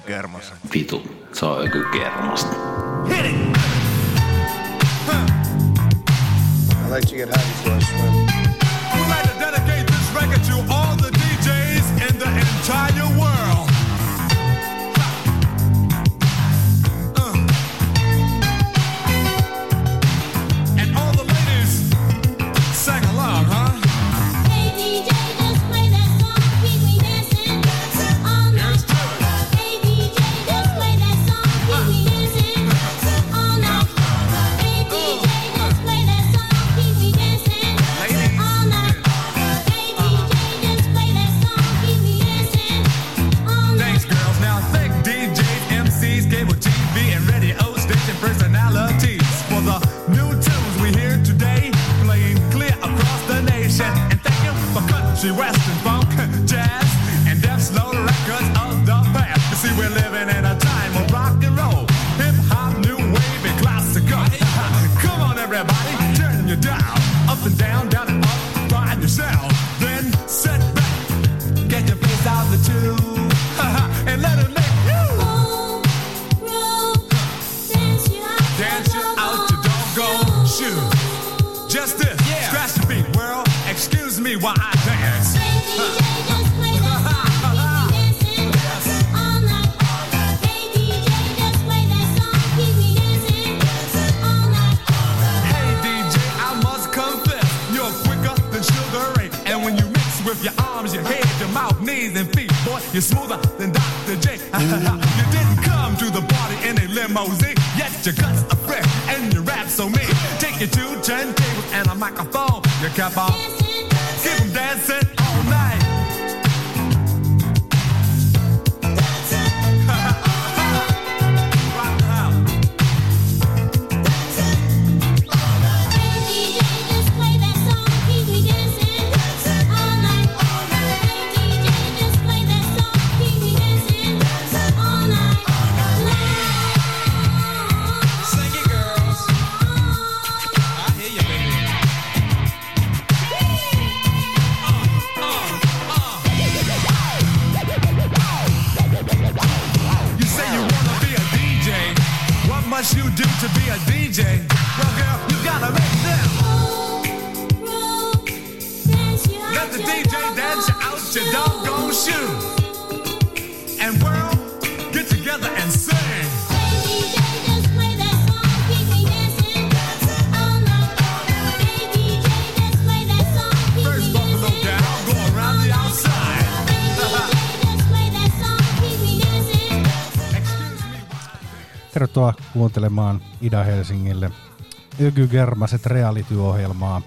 Ökykermasta. Vitu, se on Ökykermasta. Hit it! I like to get happy before I swim. We'd like to dedicate this record to all the DJs in the entire world. And all the ladies sang along, huh? Hey DJ, just play that song, keep me dancing all night. Hey DJ, just play that song, keep me dancing all night. Hey DJ, just play that song, keep me dancing all night. Hey DJ, just play that song, keep me dancing all night. Thanks, girls. Now thank DJs, MCs, cable TV, and radio station personalities for the new tunes we hear today, playing clear across the nation. And thank you for country, western, funk, jazz, and deaf slow records of the past. You see, we're living in a time of rock and roll, hip hop, new wave, and classical. Come on, everybody, turn your dial up and down and up. Find yourself, then sit back, get your face out the tube, and let it make you dance you out your doggone shoes. Just this, scratch the beat, world. Excuse me while I dance. Hey DJ, just play that song, keep me dancing all night. Hey DJ, just play that song, keep me dancing all night. Hey DJ, I must confess, you're quicker than Sugar Ray. And when you mix with your arms, your head, your mouth, knees, and feet, boy, you're smoother than Dr. J. You didn't come to the party in a limousine, yet your guts are fresh and your rap so mean. Take your 2 turntables and a microphone. You kept on, keep them dancing all night. Rock the house. Hey DJ, just play that song, keep me dancing all night. Hey DJ, just play that song, keep me dancing all night. Sing it, girls. I hear you, baby. You say you wanna be a DJ. What must you do to be a DJ? Well, girl, you gotta make them. Let the DJ dance you out your doggone shoes. And world, get together and sing. Hey DJ, just play that song, keep me dancing all night. Hey DJ, just play that song, keep First me buffalo dancing down, go around the outside. Hey DJ, just play that song, keep me dancing. Excuse me. Tervetuloa kuuntelemaan Ida-Helsingille Ökygermaset reality-ohjelmaa.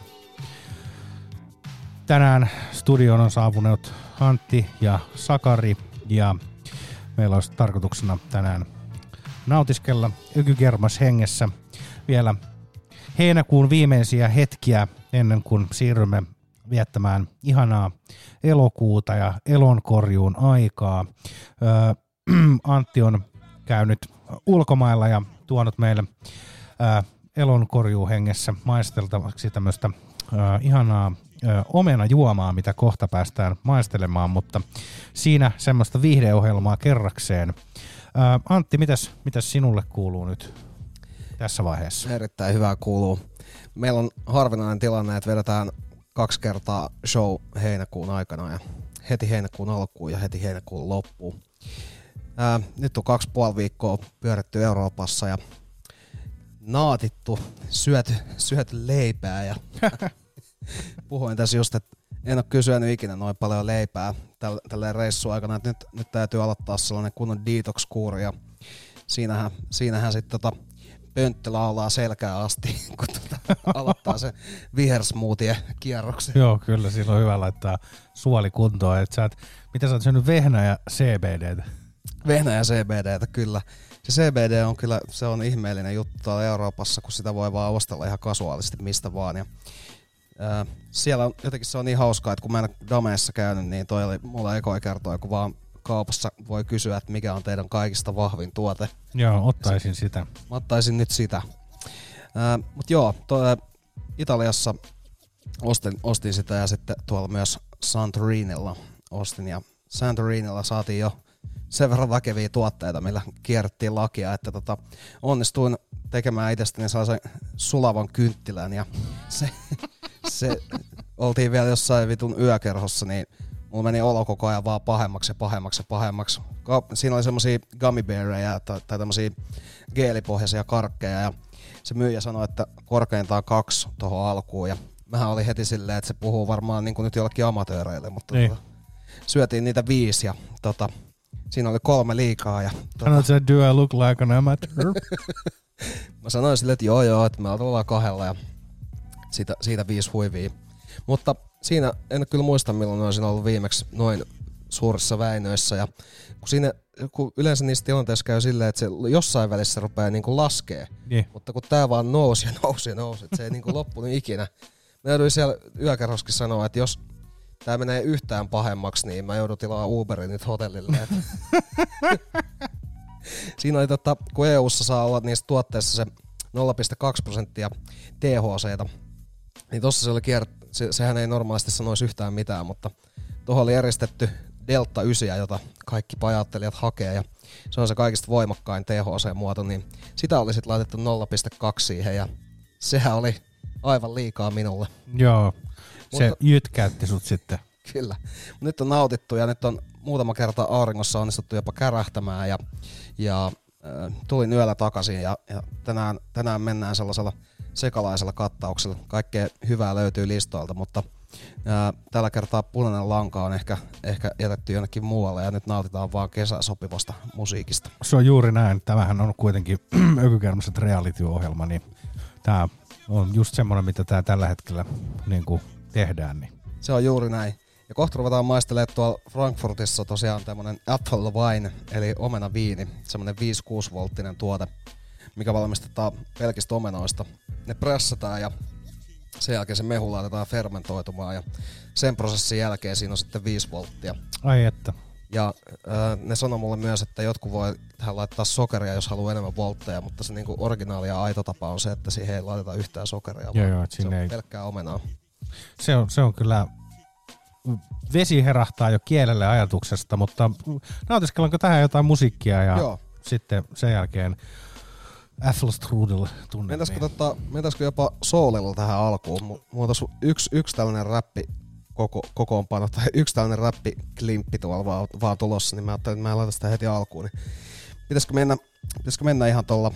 Tänään studioon on saapunut Antti ja Sakari ja meillä olisi tarkoituksena tänään nautiskella Ökygermas hengessä vielä heinäkuun viimeisiä hetkiä ennen kuin siirrymme viettämään ihanaa elokuuta ja elonkorjuun aikaa. Antti on käynyt ulkomailla ja tuonut meille elonkorjuuhengessä maisteltavaksi tämmöistä ihanaa omenajuomaa, mitä kohta päästään maistelemaan, mutta siinä semmoista viihdeohjelmaa kerrakseen. Antti, mitäs sinulle kuuluu nyt tässä vaiheessa? Erittäin hyvää kuuluu. Meillä on harvinainen tilanne, että vedetään 2 kertaa show heinäkuun aikana ja heti heinäkuun alkuun ja heti heinäkuun loppuun. Nyt on 2,5 viikkoa pyöritty Euroopassa ja naatittu, syöty leipää ja puhuin tässä just, että en ole syönyt ikinä noin paljon leipää tälleen reissun aikana, että nyt täytyy aloittaa sellainen kunnon detox-kuuri ja siinähän sitten pönttö laulaa selkää asti, kun aloittaa se vihersmoothie-kierroksen. Joo, kyllä, siinä on hyvä laittaa suoli kuntoon. Mitä sä oot syönyt vehnää ja CBDtä? Vehnää ja CBDtä, kyllä. Se CBD on kyllä, se on ihmeellinen juttu täällä Euroopassa, kun sitä voi vaan ostella ihan kasuaalisesti mistä vaan. Ja, siellä on, jotenkin se on niin hauskaa, että kun mä en Dameessa käynyt, niin toi oli mulla ekoi kertoa, kun vaan kaupassa voi kysyä, että mikä on teidän kaikista vahvin tuote. Joo, ottaisin sitä. Mä ottaisin nyt sitä. Mut joo, Italiassa ostin sitä ja sitten tuolla myös Santorinilla ostin. Ja Santorinilla saatiin jo sen verran väkeviä tuotteita, millä kierrettiin lakia, että onnistuin tekemään itsestäni sellaisen sulavan kynttilän ja se oltiin vielä jossain vitun yökerhossa, niin mulla meni olo koko ajan vaan pahemmaksi ja pahemmaksi ja pahemmaksi. Siinä oli semmosia gummy bearejä tai tämmösiä geelipohjaisia karkkeja ja se myyjä sanoi, että korkeintaan 2 tohon alkuun ja mähän oli heti silleen, että se puhuu varmaan niin kuin nyt jollekin amatööreille, mutta Niin. syötiin niitä 5 ja siinä oli 3 liikaa ja Sanoit sä, do I look like an amateur? mä sanoin silleen, että joo, että me ollaan 2 ja siitä 5 huivia. Mutta siinä en kyllä muista, milloin olisin ollut viimeksi noin suurissa väinöissä. Ja kun yleensä niissä tilanteissa käy silleen, että se jossain välissä rupeaa niinku laskee. Niin. Mutta kun tää vaan nousi ja nousi ja nousi, että se ei niinku loppunut ikinä. Mä jouduin siellä yökerroskin sanoa, että jos tää menee yhtään pahemmaksi, niin mä joudun tilaamaan Uberin nyt hotellille. Siinä oli kun EU:ssa saa olla niissä tuotteissa se 0,2% THC:tä, niin tossa se oli sehän ei normaalisti sanoisi yhtään mitään, mutta tuohon oli järjestetty Delta 9, jota kaikki pajattelijat hakee, ja se on se kaikista voimakkain THC-muoto, niin sitä oli sitten laitettu 0,2 siihen, ja sehän oli aivan liikaa minulle. Joo, se Mutta- jytkäytti sut sitten. Kyllä. Nyt on nautittu, ja nyt on muutama kerta auringossa onnistuttu jopa kärähtämään, ja tulin yöllä takaisin, ja tänään mennään sellaisella sekalaisella kattauksella. Kaikkea hyvää löytyy listoilta, mutta tällä kertaa punainen lanka on ehkä jätetty jonnekin muualle ja nyt nautitaan vaan kesään sopivasta musiikista. Se on juuri näin. Tämähän on kuitenkin Ökykermaset reality-ohjelma, niin tää on just semmoinen, mitä tää tällä hetkellä niin kuin tehdään. Niin. Se on juuri näin. Ja kohta ruvetaan maistelemaan tuolla Frankfurtissa tosiaan tämmönen Apple Wine, eli omenaviini, semmonen 5-6 volttinen tuote, mikä valmistetaan pelkistä omenoista. Ne pressataan ja sen jälkeen se mehu laitetaan fermentoitumaan ja sen prosessin jälkeen siinä on sitten 5 volttia. Ai että. Ja ne sanoi mulle myös, että jotkut voi tähän laittaa sokeria, jos haluaa enemmän voltteja, mutta se niinku originaali ja aito tapa on se, että siihen ei laiteta yhtään sokeria, Joo, vaan et se sinne on ei. pelkkää omenaa. Se on kyllä, vesi herahtaa jo kielelle ajatuksesta, mutta nautiskellaanko tähän jotain musiikkia ja Joo. sitten sen jälkeen Äffelstrudel tunnelmiin. Mentäisikö jopa soulilla tähän alkuun? Mulla on yksi tällainen räppi kokoonpano tai yksi tällainen räppiklimppi tuolla vaan tulossa, niin mä ajattelin, että mä en laita sitä heti alkuun. Niin pitäisikö mennä ihan tuolla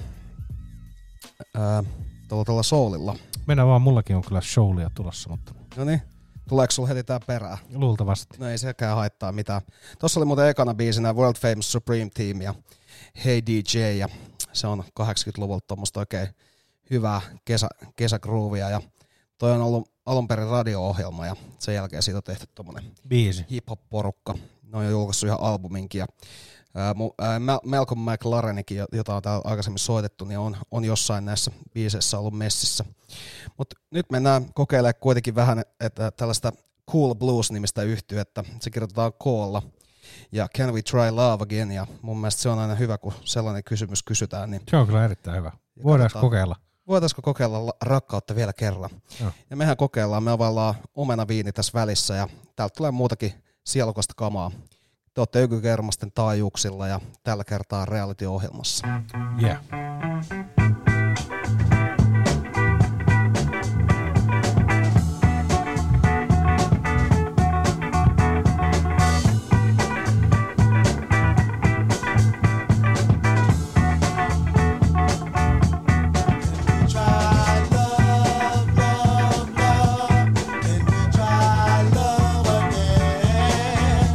soulilla? Mennään vaan, mullakin on kyllä showlia tulossa, mutta No niin, tuleeko sulla heti tää perään? luultavasti. No ei sekään haittaa mitään. Tossa oli muuten ekana biisinä World Famous Supreme Team ja Hey DJ, ja se on 80-luvulta tommoista oikein hyvää kesägroovia, ja toi on ollut alun perin radio-ohjelma, ja sen jälkeen siitä on tehty tommonen Biisi. hip-hop-porukka. Ne on jo julkaissut ihan albuminkin, ja Malcolm McLarenikin, jota on täällä aikaisemmin soitettu, niin on jossain näissä biiseissä ollut messissä. Mutta nyt mennään kokeilemaan kuitenkin vähän, että tällaista Cool Blues-nimistä yhtyettä. Se kirjoitetaan K:lla. Ja Can We Try Love Again? Ja mun mielestä se on aina hyvä, kun sellainen kysymys kysytään. Niin Se on kyllä erittäin hyvä. Voidaanko katsotaan. kokeilla? voitaisiko kokeilla rakkautta vielä kerran? Joo. Ja mehän kokeillaan, me availlaan omenaviini tässä välissä ja täältä tulee muutakin sielukasta kamaa. Te ootte Ökykermasten taajuuksilla ja tällä kertaa reality-ohjelmassa. Yeah.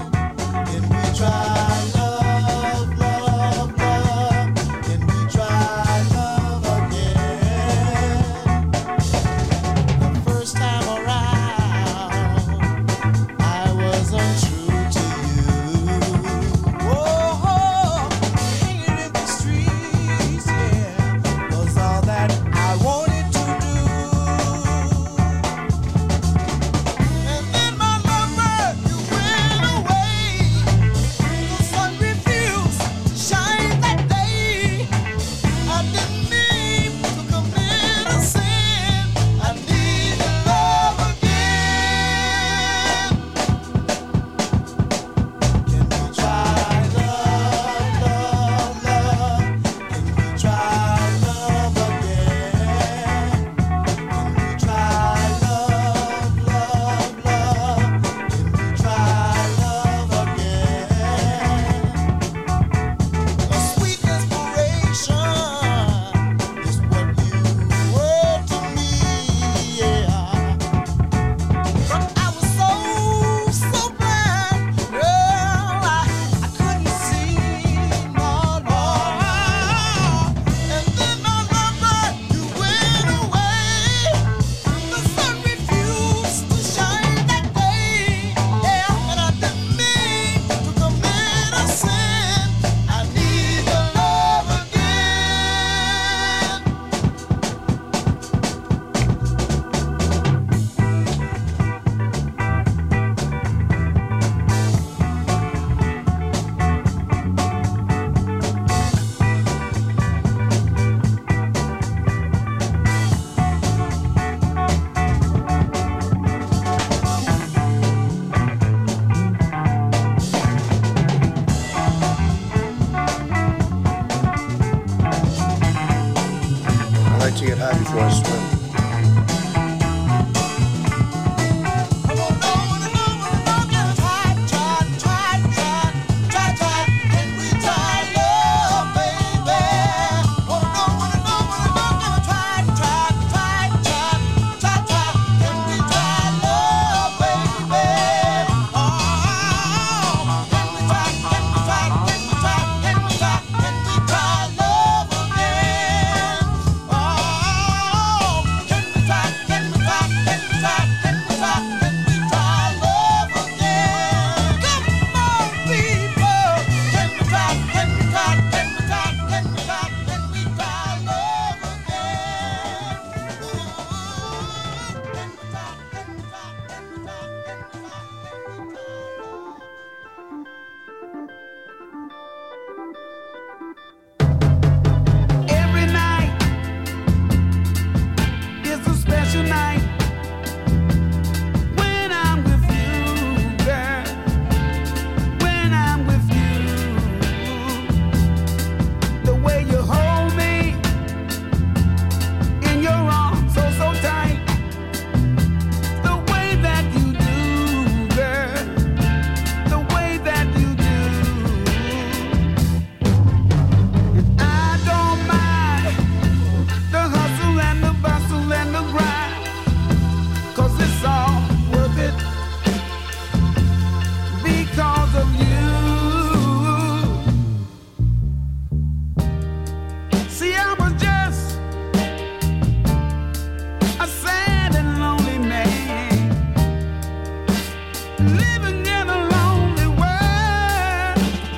Try before I swim. Every night is a special night when I'm with you, girl. When I'm with you, the way you hold me in your arms so tight, the way that you do, girl, the way that you do. I don't mind the hustle and the bustle and the grind, 'cause it's all worth it because of you. See, I was just a sad and lonely man, living in a lonely world.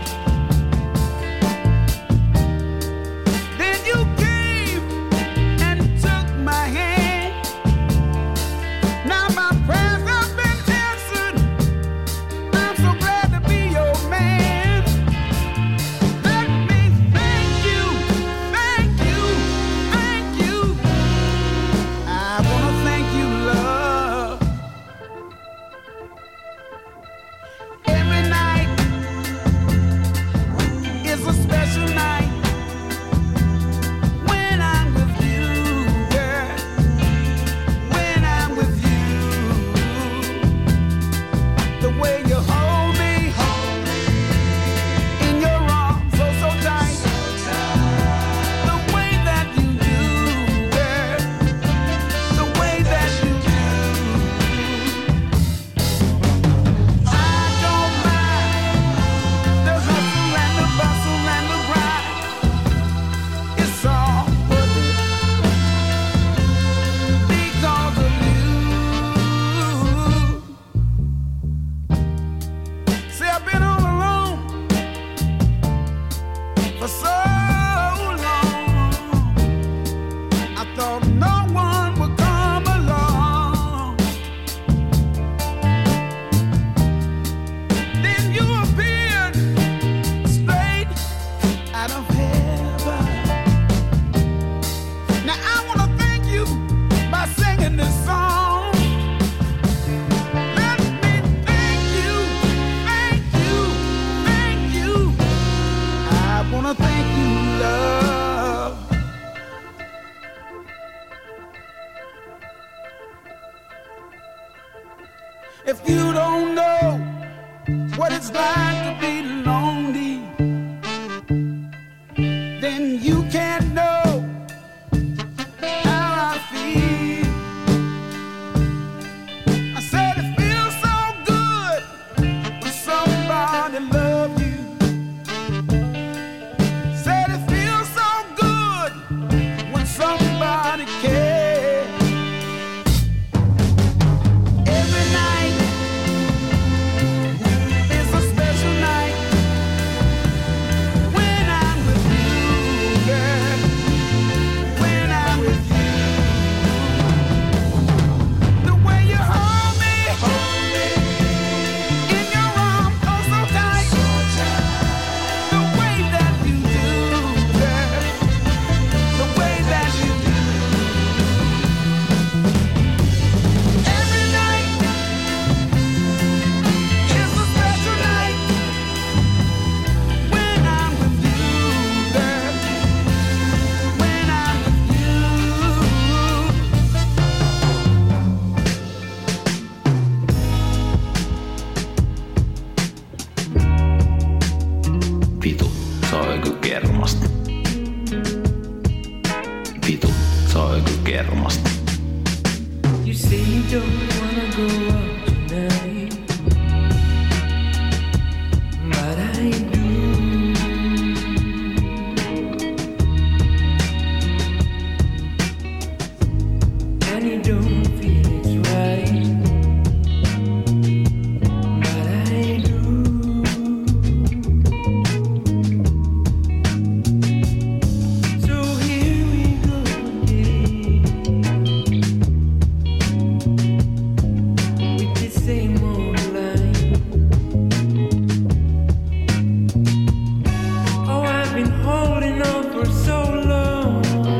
Then you came and took my hand. Now my prayers have been answered. I'm so glad to be your man. Let me thank you, thank you, thank you. I wanna thank you, love. Every night is a special night when I'm with you, girl. When I'm with you, the way you hold me in your arms so tight, the way that you do, girl, the way that you do. I don't mind the hustle and the bustle and the grind. It's all worth it because of you. See, I've been all alone for so long. I thought no one would come along. Then you appeared straight out of heaven. Now I want to thank you by singing this song. Let me thank you, thank you, thank you. I want to thank you, love. If you don't know what it's like to be lonely, then you can't know how I feel. I said it feels so good when somebody loves you. Said it feels so good when somebody cares. Every night is a special night Vitu, se on joku kermasta. Vitu, se on joku kermasta. You say you don't wanna go out tonight, but I do. And you don't feel it's right, but I do. So here we go again, with the same old line. Oh, I've been holding on for so long.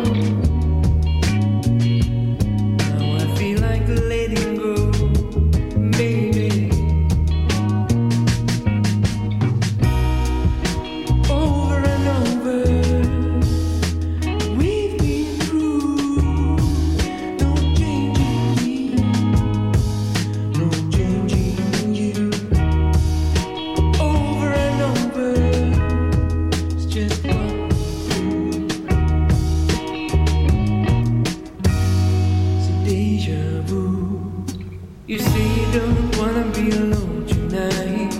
Now I feel like letting go, baby. Over and over, we've been through. No changing me, no changing you. Over and over, it's just what we do. It's a deja vu. You say you don't wanna be alone tonight,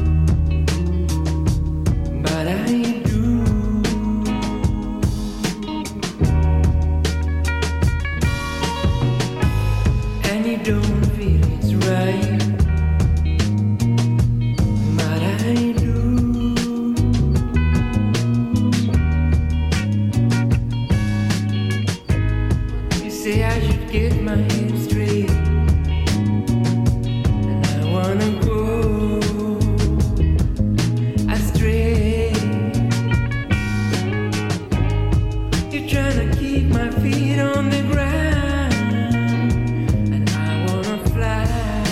but I do. And you don't feel it's right, but I do. You say I should get my head straight, and I wanna go astray. You're trying to keep my feet on the ground, and I wanna fly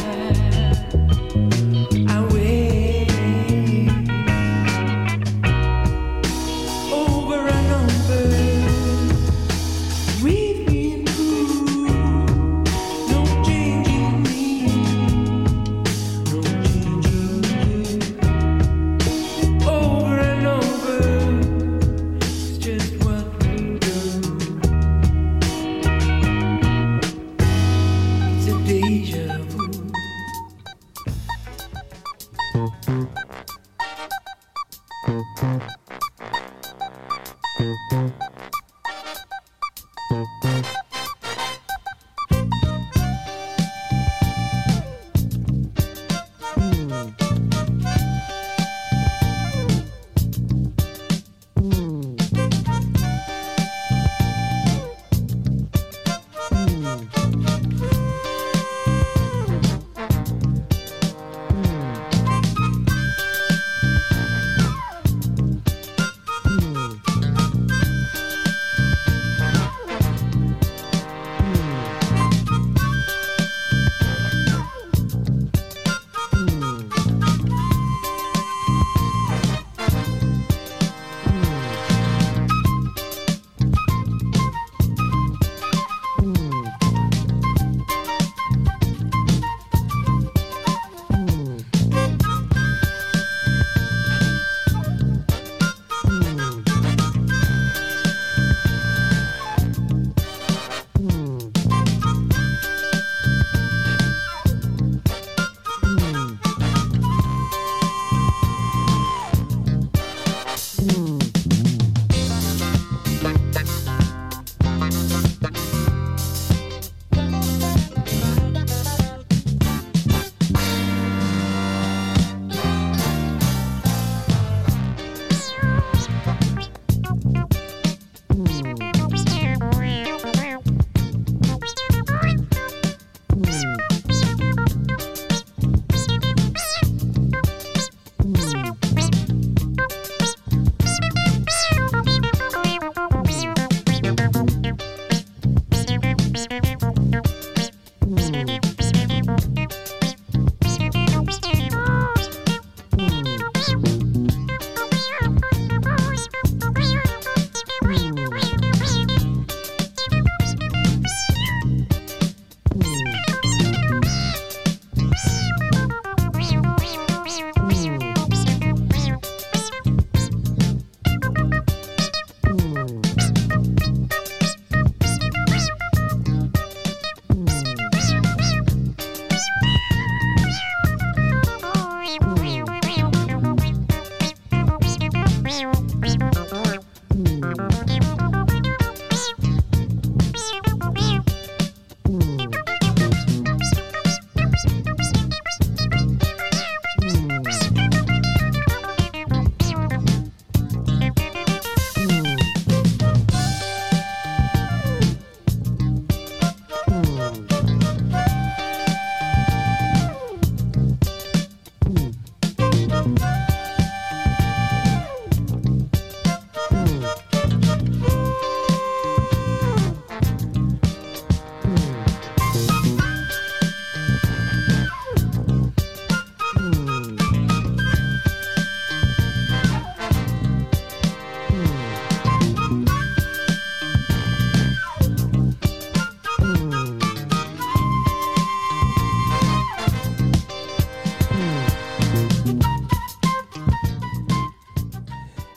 away. Over and over, we've been through. No changing me, no changing you. Over and over, it's just what we do. It's a deja vu.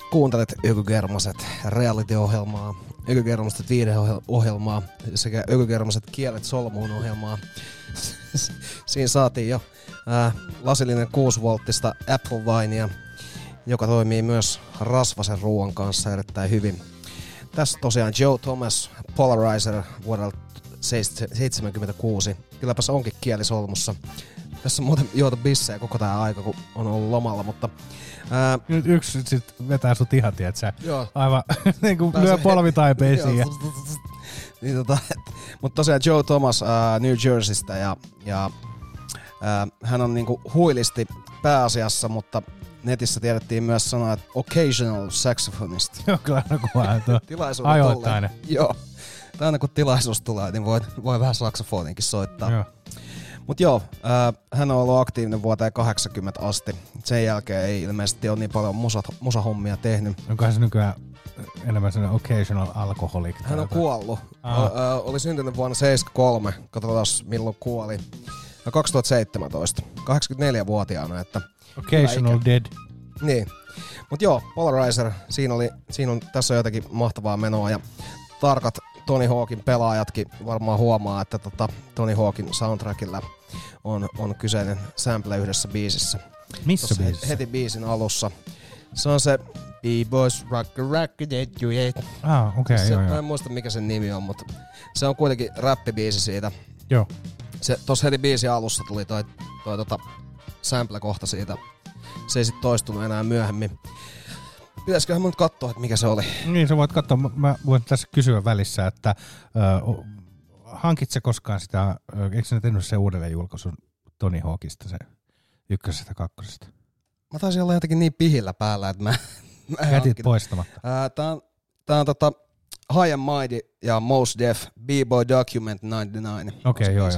Kuuntelet Ökygermaset reality-ohjelmaa, Ökygermaset viihdeohjelmaa sekä Ökygermaset kielet solmuun ohjelmaa. Siinä saatiin jo lasillinen 6-volttista Apple Winea, joka toimii myös rasvasen ruoan kanssa erittäin hyvin. Tässä tosiaan Joe Thomas Polarizer vuodelta 1976. Kylläpä se onkin kieli solmussa. Tässä on muuten juotu bissejä koko tää aika, kun on ollut lomalla, mutta... Nyt yksi sit vetää sut ihan, tietsä. Joo. Aivan niinku lyö polvitaipeisiin. Niin, mutta tosiaan Joe Thomas New Jerseystä ja hän on niinku huilisti pääasiassa, mutta netissä tiedettiin myös sanoa, että occasional saxophonist. Joo, kyllä aina kuvaa tuo. Ajoittainen. Joo. Tai aina kun tilaisuus tulee, niin voi vähän saksofoninkin soittaa. Joo. Mut joo, hän on ollut aktiivinen vuoteen 80 asti. Sen jälkeen ei ilmeisesti ole niin paljon musahommia tehnyt. Onkohan se nykyään enemmän sellainen occasional alkoholik? Hän on kuollut. Oli syntynyt vuonna 1973. Katsotaan milloin kuoli. 2017. 84-vuotiaana. Että occasional dead. Niin. Mut joo, Polarizer. Tässä on jotakin mahtavaa menoa ja tarkat Tony Hawkin pelaajatkin varmaan huomaa, että Tony Hawkin soundtrackilla on kyseinen sample yhdessä biisissä. Missä tossa biisissä? Heti biisin alussa. Se on se B-Boys Rock That You Hate. Okei, joo. Mä en muista mikä sen nimi on, mutta se on kuitenkin räppibiisi siitä. Joo. Tossa heti biisin alussa tuli toi sample-kohta siitä. Se ei sit toistunut enää myöhemmin. Pitäisiköhän mun nyt katsoa, että mikä se oli? Niin, sä voit katsoa. Mä voin tässä kysyä välissä, että hankit sä koskaan sitä, eikö sä tehnyt se uudelleen julkaisun Tony Hawkista, se ykkösestä kakkosesta? Mä taisin olla jotenkin niin pihillä päällä, että mä jätit poistamatta. Tää on High and Mighty ja Mos Def B-Boy Document 99. Okei, joo.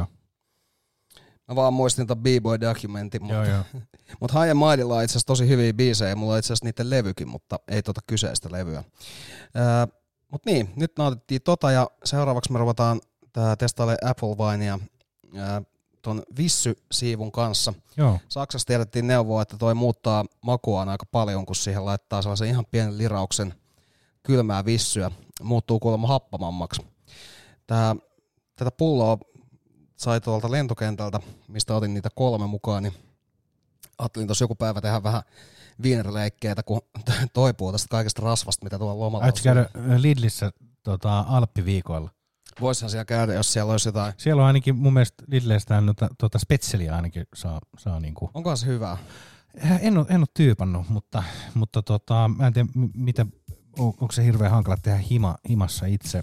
Mä vaan muistin ton B-Boy Documentin, Joo. mutta High and Mightylla on itse asiassa tosi hyviä biisejä, mulla on itse asiassa niiden levykin, mutta ei kyseistä levyä. Mut niin, nyt nautittiin ja seuraavaksi me ruvetaan testailemaan Apple Winea ton Vissy-siivun kanssa. Joo. Saksassa tiedettiin neuvoa, että toi muuttaa makuaan aika paljon, kun siihen laittaa sellaisen ihan pienen lirauksen kylmää vissyä. Muuttuu kuulemma happamammaksi. Tätä pulloa sai tuolta lentokentältä, mistä otin niitä 3 mukaan, niin ajattelin tuossa joku päivä tehdä vähän viinerileikkeitä, kun toipuu tästä kaikesta rasvasta, mitä tuolla lomalla on. Aiotko käydä Lidlissä Alppiviikoilla? Voisihan siellä käydä, jos siellä olisi jotain. Siellä on ainakin mun mielestä Lidleistä spetseliä ainakin saa niinku. Onkohan se hyvää? En ole tyypannut, mutta mä en tiedä, onko se hirveän hankala tehdä himassa itse.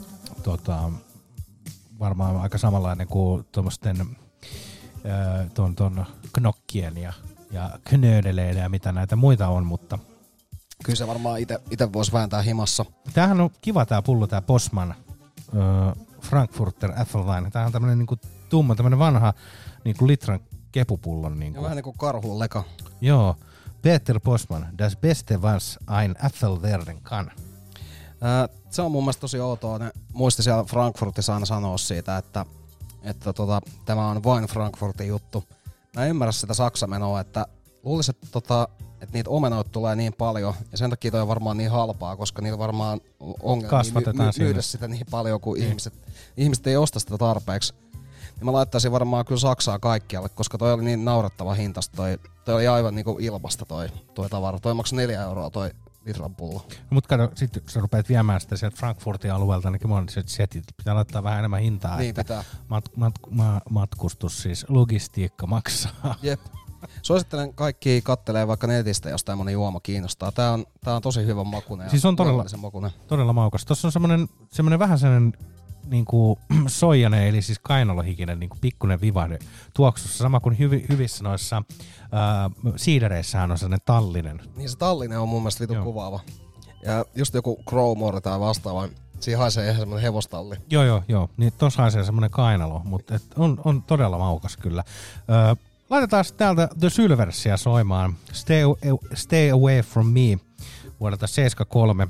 Varmaan aika samanlainen kuin tuommoisten ton knokkien ja knöydeleiden ja mitä näitä muita on, mutta kyllä se varmaan itse voisi vääntää himassa. Tämähän on kiva tää pullo, tää Bosman Frankfurter Apfelwein. Tää on tämmönen niinku tumma, tämmönen vanha niinku litran kepupullon. Niinku. Ja vähän niinku karhun leka. Joo. Peter Bosman, das Beste was ein Apfelwerden kann. Se on mun mielestä tosi outoa. Ne muisti siellä Frankfurtissa aina sanoa siitä, että tämä on vain Frankfurtin juttu. Mä en ymmärrä sitä saksamenoa, että luulisin, että niitä omenoita tulee niin paljon, ja sen takia toi on varmaan niin halpaa, koska niillä varmaan ongelmia myydä sitä niin paljon, kuin ihmiset ei osta sitä tarpeeksi. Ja mä laittaisin varmaan kyllä Saksaa kaikkialle, koska toi oli niin naurettava hintaista. Toi oli aivan niinku ilmasta toi tavara. Toi maksoi 4 € toi litran pullo. No, mutta kato, sit sä rupeat viemään sitä sieltä Frankfurtin alueelta, niin monet setit pitää laittaa vähän enemmän hintaa. Niin että pitää. Matkustus siis, logistiikka maksaa. Jep. Suosittelen kaikki kattelee vaikka netistä, jos tämmönen juoma kiinnostaa. Tää on tosi hyvän makuinen. Siis on todella maukas. Tossa on semmonen vähän sellainen niinku soijanen, eli siis kainalohikinen niinku pikkunen vivahde tuoksussa, sama kuin hyvissä noissa siidereissähän on sellainen tallinen. Niin se tallinen on mun mielestä vitun kuvaava. Ja just joku Crowmore tai vastaava, siinä haisee ihan semmonen hevostalli. Joo. Niin tossa haisee semmonen kainalo, mutta on todella maukas kyllä. Laitetaan täältä The Sylversia soimaan Stay Away From Me vuodelta 73.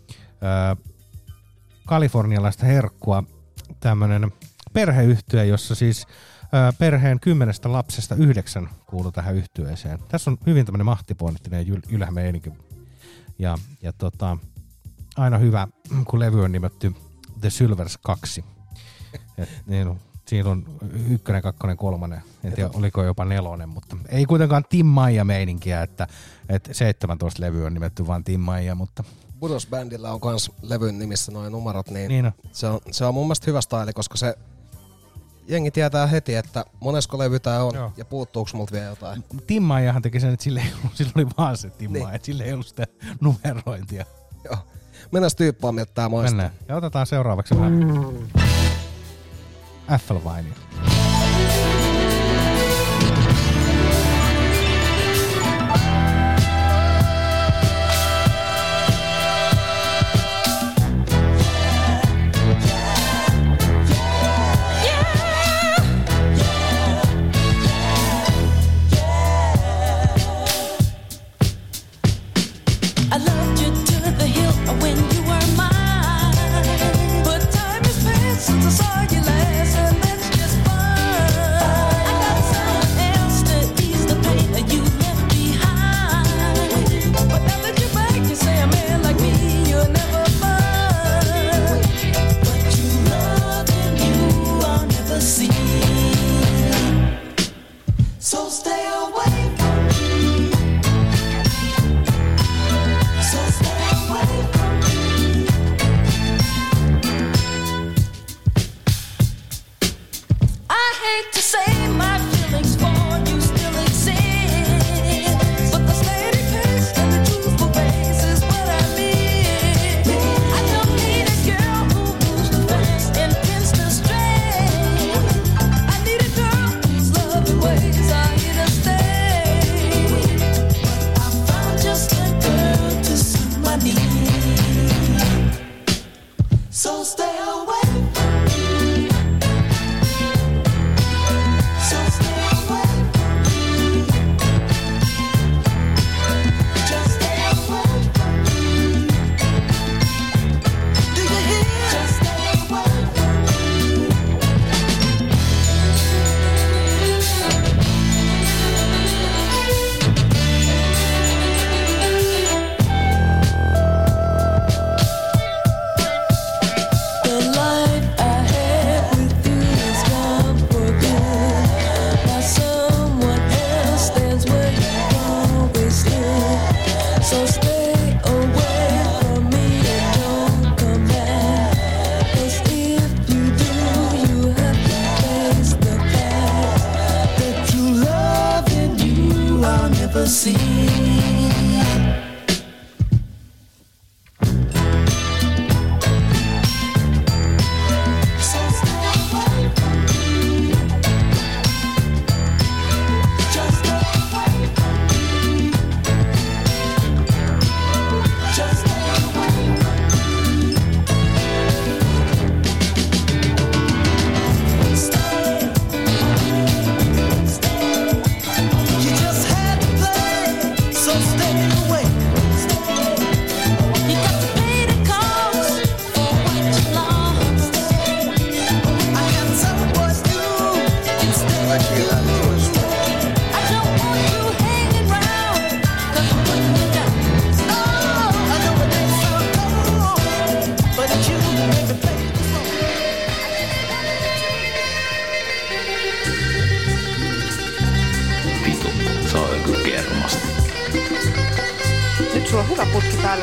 Kalifornialaista herkkua, tämmönen perheyhtye, jossa siis perheen 10 lapsesta 9 kuuluu tähän yhtyeeseen. Tässä on hyvin tämmönen mahtipoinnittinen jylhä meininki. Ja aina hyvä, kun levy on nimetty The Sylvers 2. Niin, siinä on 1, 2, 3. En tiedä, oliko jopa 4, mutta ei kuitenkaan Tim Maija meininkiä, että 17 levyä on nimetty vaan Tim Maija, mutta Budos Bandilla on kans levyn nimissä noin numerot, niin on. Se on mun mielestä hyvä style, koska se jengi tietää heti, että monesko levy tää on. Joo. Ja puuttuuko multa vielä jotain. Tim Maijahan teki sen, että sillä oli vaan se Tim Niin. Maija, että sillä ei ollut sitä numerointia. Joo. Mennään tyyppaan, miltä tää maistuu. Mennään. Ja otetaan seuraavaksi vähän Äffelweinia. I loved you to the hilt when you were mine. But time has passed since I saw you last, and that's just fine. I got someone else to ease the pain that you left behind. But now that you're back, you say a man like me you'll never find. But you love and you I'll never see. So stay away from me. So stay away from me. I hate to say my feelings for you still exist, but the steady pace and the truthful face is what I mean. I don't need a girl who moves too fast and tends to stray. I need a girl whose loving ways are here to stay. But I found just a girl to suit my needs. So stay away from me. So stay away from me. Just stay away from me. Do you hear? Just stay away from me. The life I had with you is gone for good. Now someone else stands where you always stood. So stay away from me and don't come back. 'Cause if you do, you have to face the fact that true love in you I'll never see. So stay away from me. Just stay away from me. Just stay away from me. Stay. You just had to play, so stay away. You got to pay the cost for what you lost. I got someone new instead of you. I don't want you hanging round, 'cause I'm putting you down. Oh, I know it ain't so cold, but it's you make the play. Vitu, se on joku kermasta. Nyt sulla on hyvä putki päällä.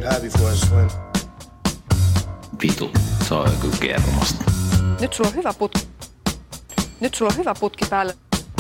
get high before I swim. Vitu, se on kyllä kermasta. Nyt sulla on hyvä putki. Nyt sulla on hyvä putki päällä.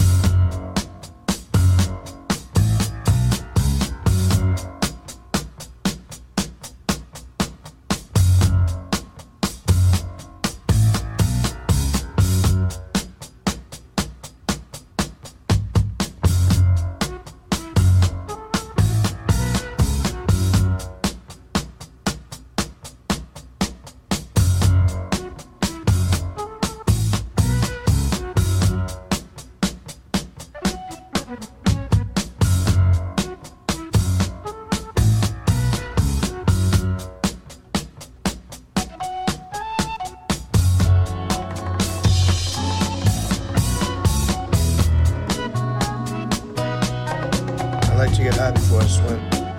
I like to get high before I swim.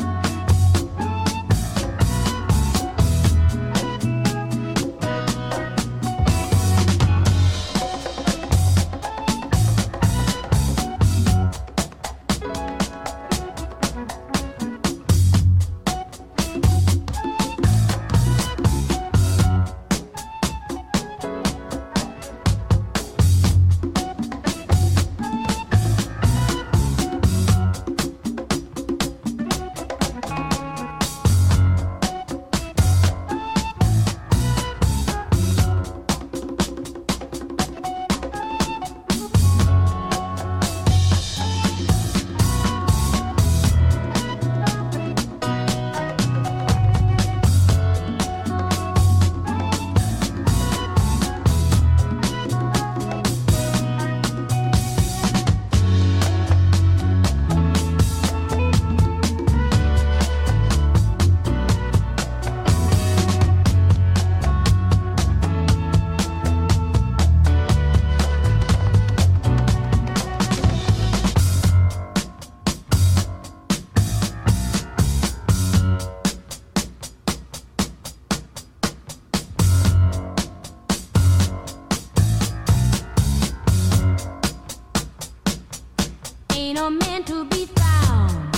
Ain't a man to be found.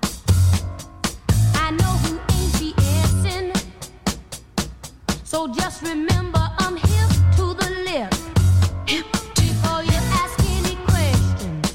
I know who ain't BSing. So just remember I'm hip to the lip. Before you ask any questions,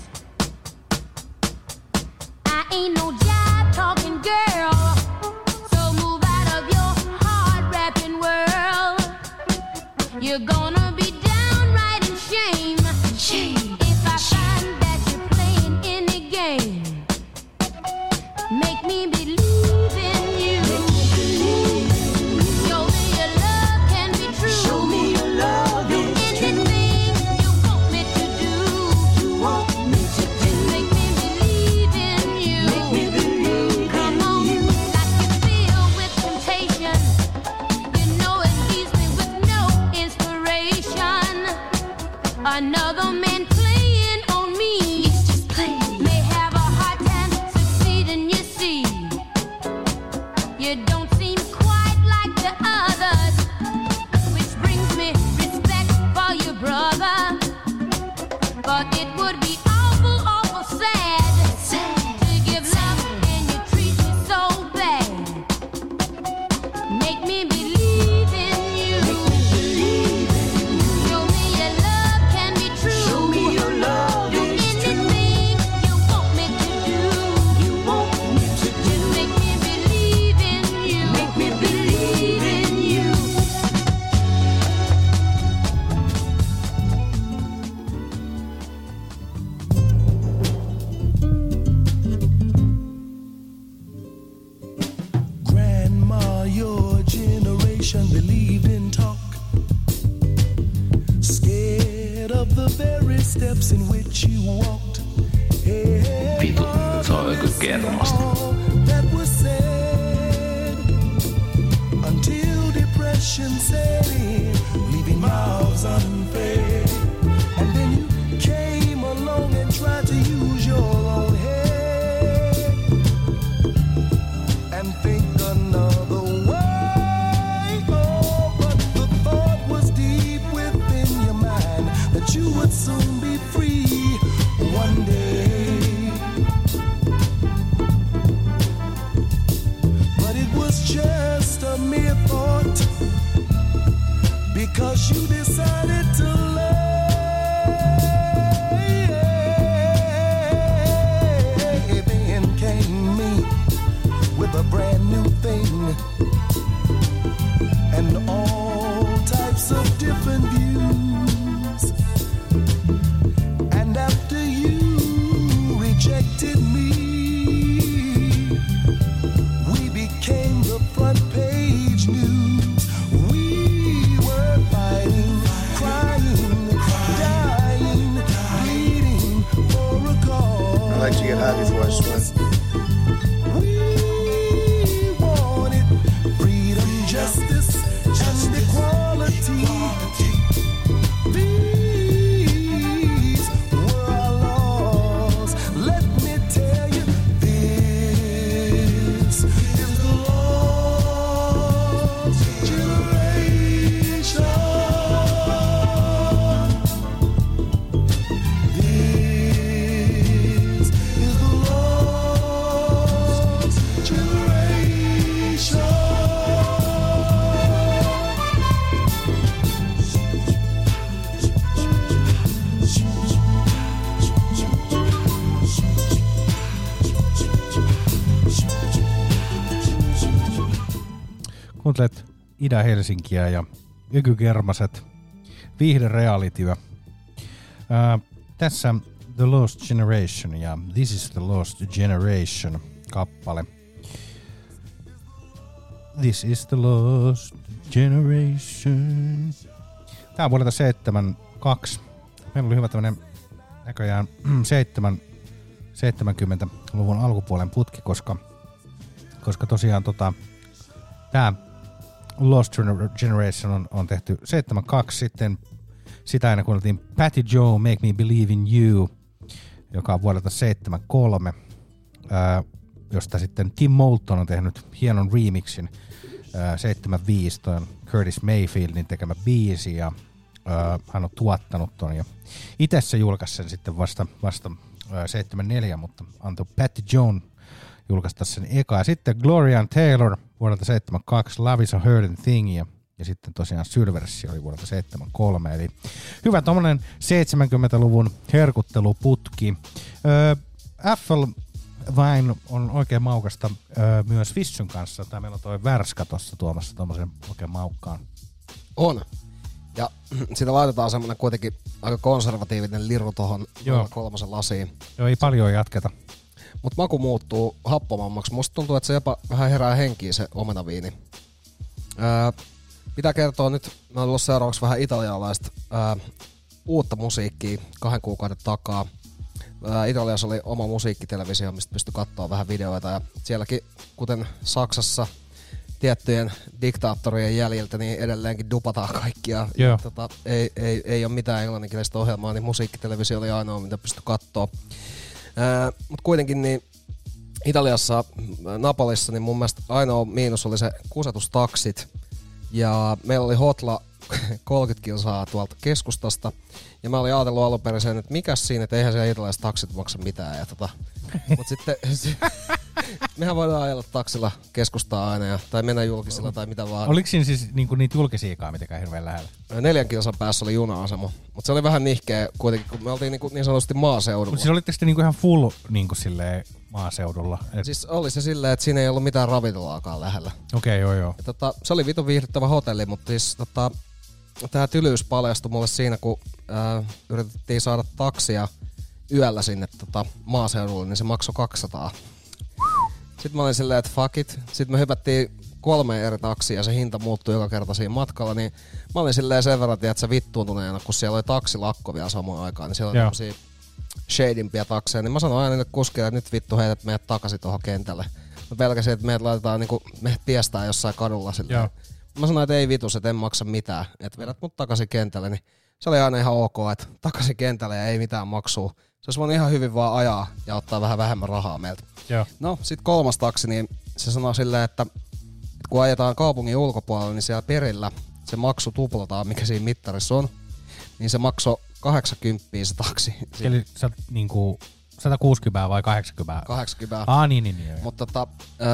I ain't no jive talking girl. So move out of your hard rapping world. You're gonna be downright in shame. If I find that you're playing any game, make me believe in you. Show me your love can be true. Show me your love. Do anything you want me to do. Just make me believe in you. Come on, like you feel with temptation. You know it leaves me with no inspiration. Another man playing on me. May have a hard time succeeding, you see. You don't seem quite like the others, which brings me respect for your brother. But it would be awful, awful sad to give love and you treat me so bad. Make me believe in you. Show me your love can be true. Show me your love. Do anything you want me to do. Just make me believe in you. Make me believe in you. Grandma, your generation believed in talk. Scared of the very steps in which you walked. Hey, Vitu, se on kyllä kermasta. that was said until depression set in, leaving mouths unfed. And then you came along and tried to use your own head and think another way. Oh, but the thought was deep within your mind that you would soon be free one day. But it was just because you decided to lay. Then came me with a brand new thing and all types of different views. And after you rejected me, we became the front page news. We were fighting, crying, dying, bleeding for a cause. I like to get high before I swim. We wanted freedom, justice, and equality. These were our laws. Let me tell you, this is the lost generation. This is the lost generation. Kuuntelet Itä-Helsinkiä ja Yky-Kermaset, viihde-realityä. Tässä The Lost Generation ja This is the Lost Generation kappale. This is the Lost Generation. Tää on vuodelta 72. Meillä oli hyvä tämmönen näköjään 70-luvun alkupuolen putki, koska tosiaan tää Lost Generation on tehty 72, sitten sitä ennen kuunneltiin Patty Joe, Make Me Believe in You, joka on vuodelta 73, josta sitten Tim Moulton on tehnyt hienon remixin 75, toi on Curtis Mayfieldin tekemä biisi, ja hän on tuottanut ton, ja itse se julkaisi sen sitten vasta 74, mutta antoi Patty Joe julkaista sen eka. Ja sitten Gloria Taylor vuodelta 72, Love is a Hurting Thing, ja sitten tosiaan Sylversi oli vuodelta 73. Eli hyvä tommonen 70-luvun herkutteluputki. FL Wine on oikein maukasta myös Fishyn kanssa. Tää meillä on toi Värska tossa tuomassa tommosen oikein maukkaan. On. Ja sitä laitetaan semmonen kuitenkin aika konservatiivinen liru tohon 3 lasiin. Joo, ei paljon jatketa. Mut maku muuttuu happomammaksi. Musta tuntuu, että se jopa vähän herää henkiin se omenaviini. Pitää kertoa nyt, mä oon ollut seuraavaksi vähän italialaista uutta musiikkia 2 kuukauden takaa. Italiassa oli oma musiikkitelevisio, mistä pystyi katsoa vähän videoita, ja sielläkin, kuten Saksassa tiettyjen diktaattorien jäljiltä, niin edelleenkin dupataan kaikkia. Ei ole mitään englanninkielistä ohjelmaa, niin musiikkitelevisio oli ainoa, mitä pystyi katsoa. Mutta kuitenkin niin Italiassa, Napolissa, niin mun mielestä ainoa miinus oli se kusetustaksit. Ja meillä oli hotla 30 kilsaa tuolta keskustasta. Ja mä olin ajatellut alun perin sen, että mikäs siinä, että eihän siellä italialaiset taksit maksa mitään. Mut sitten mehän voidaan ajella taksilla keskustaa aina, tai mennä julkisilla tai mitä vaan. Oliko siinä siis niinku niitä julkisiakaan mitenkään hirveän lähellä? 4 kilsan päässä oli juna-asema. Mutta se oli vähän nihkeä kuitenkin, kun me oltiin niin sanotusti maaseudulla. Mutta siis olitteko te niinku ihan full niinku silleen maaseudulla? Siis oli se silleen, että siinä ei ollut mitään ravintolaakaan lähellä. Okei, joo. Ja se oli vitun viihdyttävä hotelli, mutta siis tää tylyys paljastui mulle siinä, kun yritettiin saada taksia yöllä sinne maaseudulle, niin se maksoi 200. Sitten mä olin silleen, että fuck it. Sitten me hypättiin 3 eri taksia ja se hinta muuttui joka kerta siinä matkalla, niin mä olin silleen sen verran, että sä vittuuntuneena, kun siellä oli taksilakko vielä samaan aikaan, niin siellä oli tämmösiä shadimpiä takseja, niin mä sanoin aina niille kuskille, että nyt vittu heidät meidät takaisin tuohon kentälle. Mä pelkäsin, että meidät laitetaan niinku, meidät tiestää jossain kadulla silleen. Mä sanoin, että ei vitus, että en maksa mitään, että vedät mut takaisin kentälle, niin se oli aina ihan ok, että takaisin kentälle ja ei mitään maksua. Se olisi voinut ihan hyvin vaan ajaa ja ottaa vähän vähemmän rahaa meiltä. Joo. No, sit 3. taksi, niin se sanoo silleen, että kun ajetaan kaupungin ulkopuolella, niin siellä perillä se maksu tuplataan, mikä siinä mittarissa on. Niin se maksoi 80 se taksi. Eli sä niinku 160 vai 80? 80. Niin. Mutta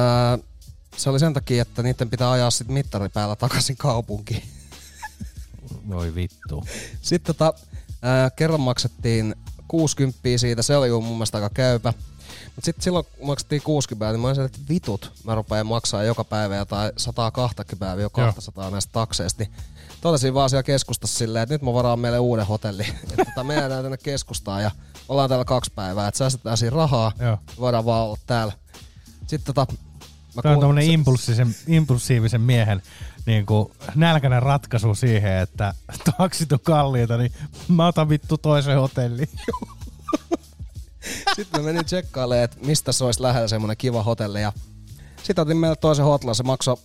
se oli sen takia, että niiden pitää ajaa sit mittari päällä takaisin kaupunkiin. Voi vittu. Sitten kerran maksettiin 60 siitä, se oli mun mielestä aika käypä. Mutta sitten silloin maksettiin 60, niin mä olisin, että vitut, mä rupean maksaa joka päivä jotain 120 jo 200 näistä takseista. Niin totesin vaan siellä keskustassa silleen, että nyt mä varaan meille uuden hotelli. Että me jäädään tänne keskustaan ja ollaan täällä 2 päivää, että säästetään siinä rahaa, voidaan vaan olla täällä. Sitten Tämä on tommonen impulsiivisen miehen niin kuin nälkäinen ratkaisu siihen, että taksit on kalliita, niin mä otan vittu toisen hotelliin. Sitten mä menin tsekkailemaan, että mistä se olisi lähellä semmonen kiva hotelli. Ja sitten otin meille toisen hotellin, se maksoi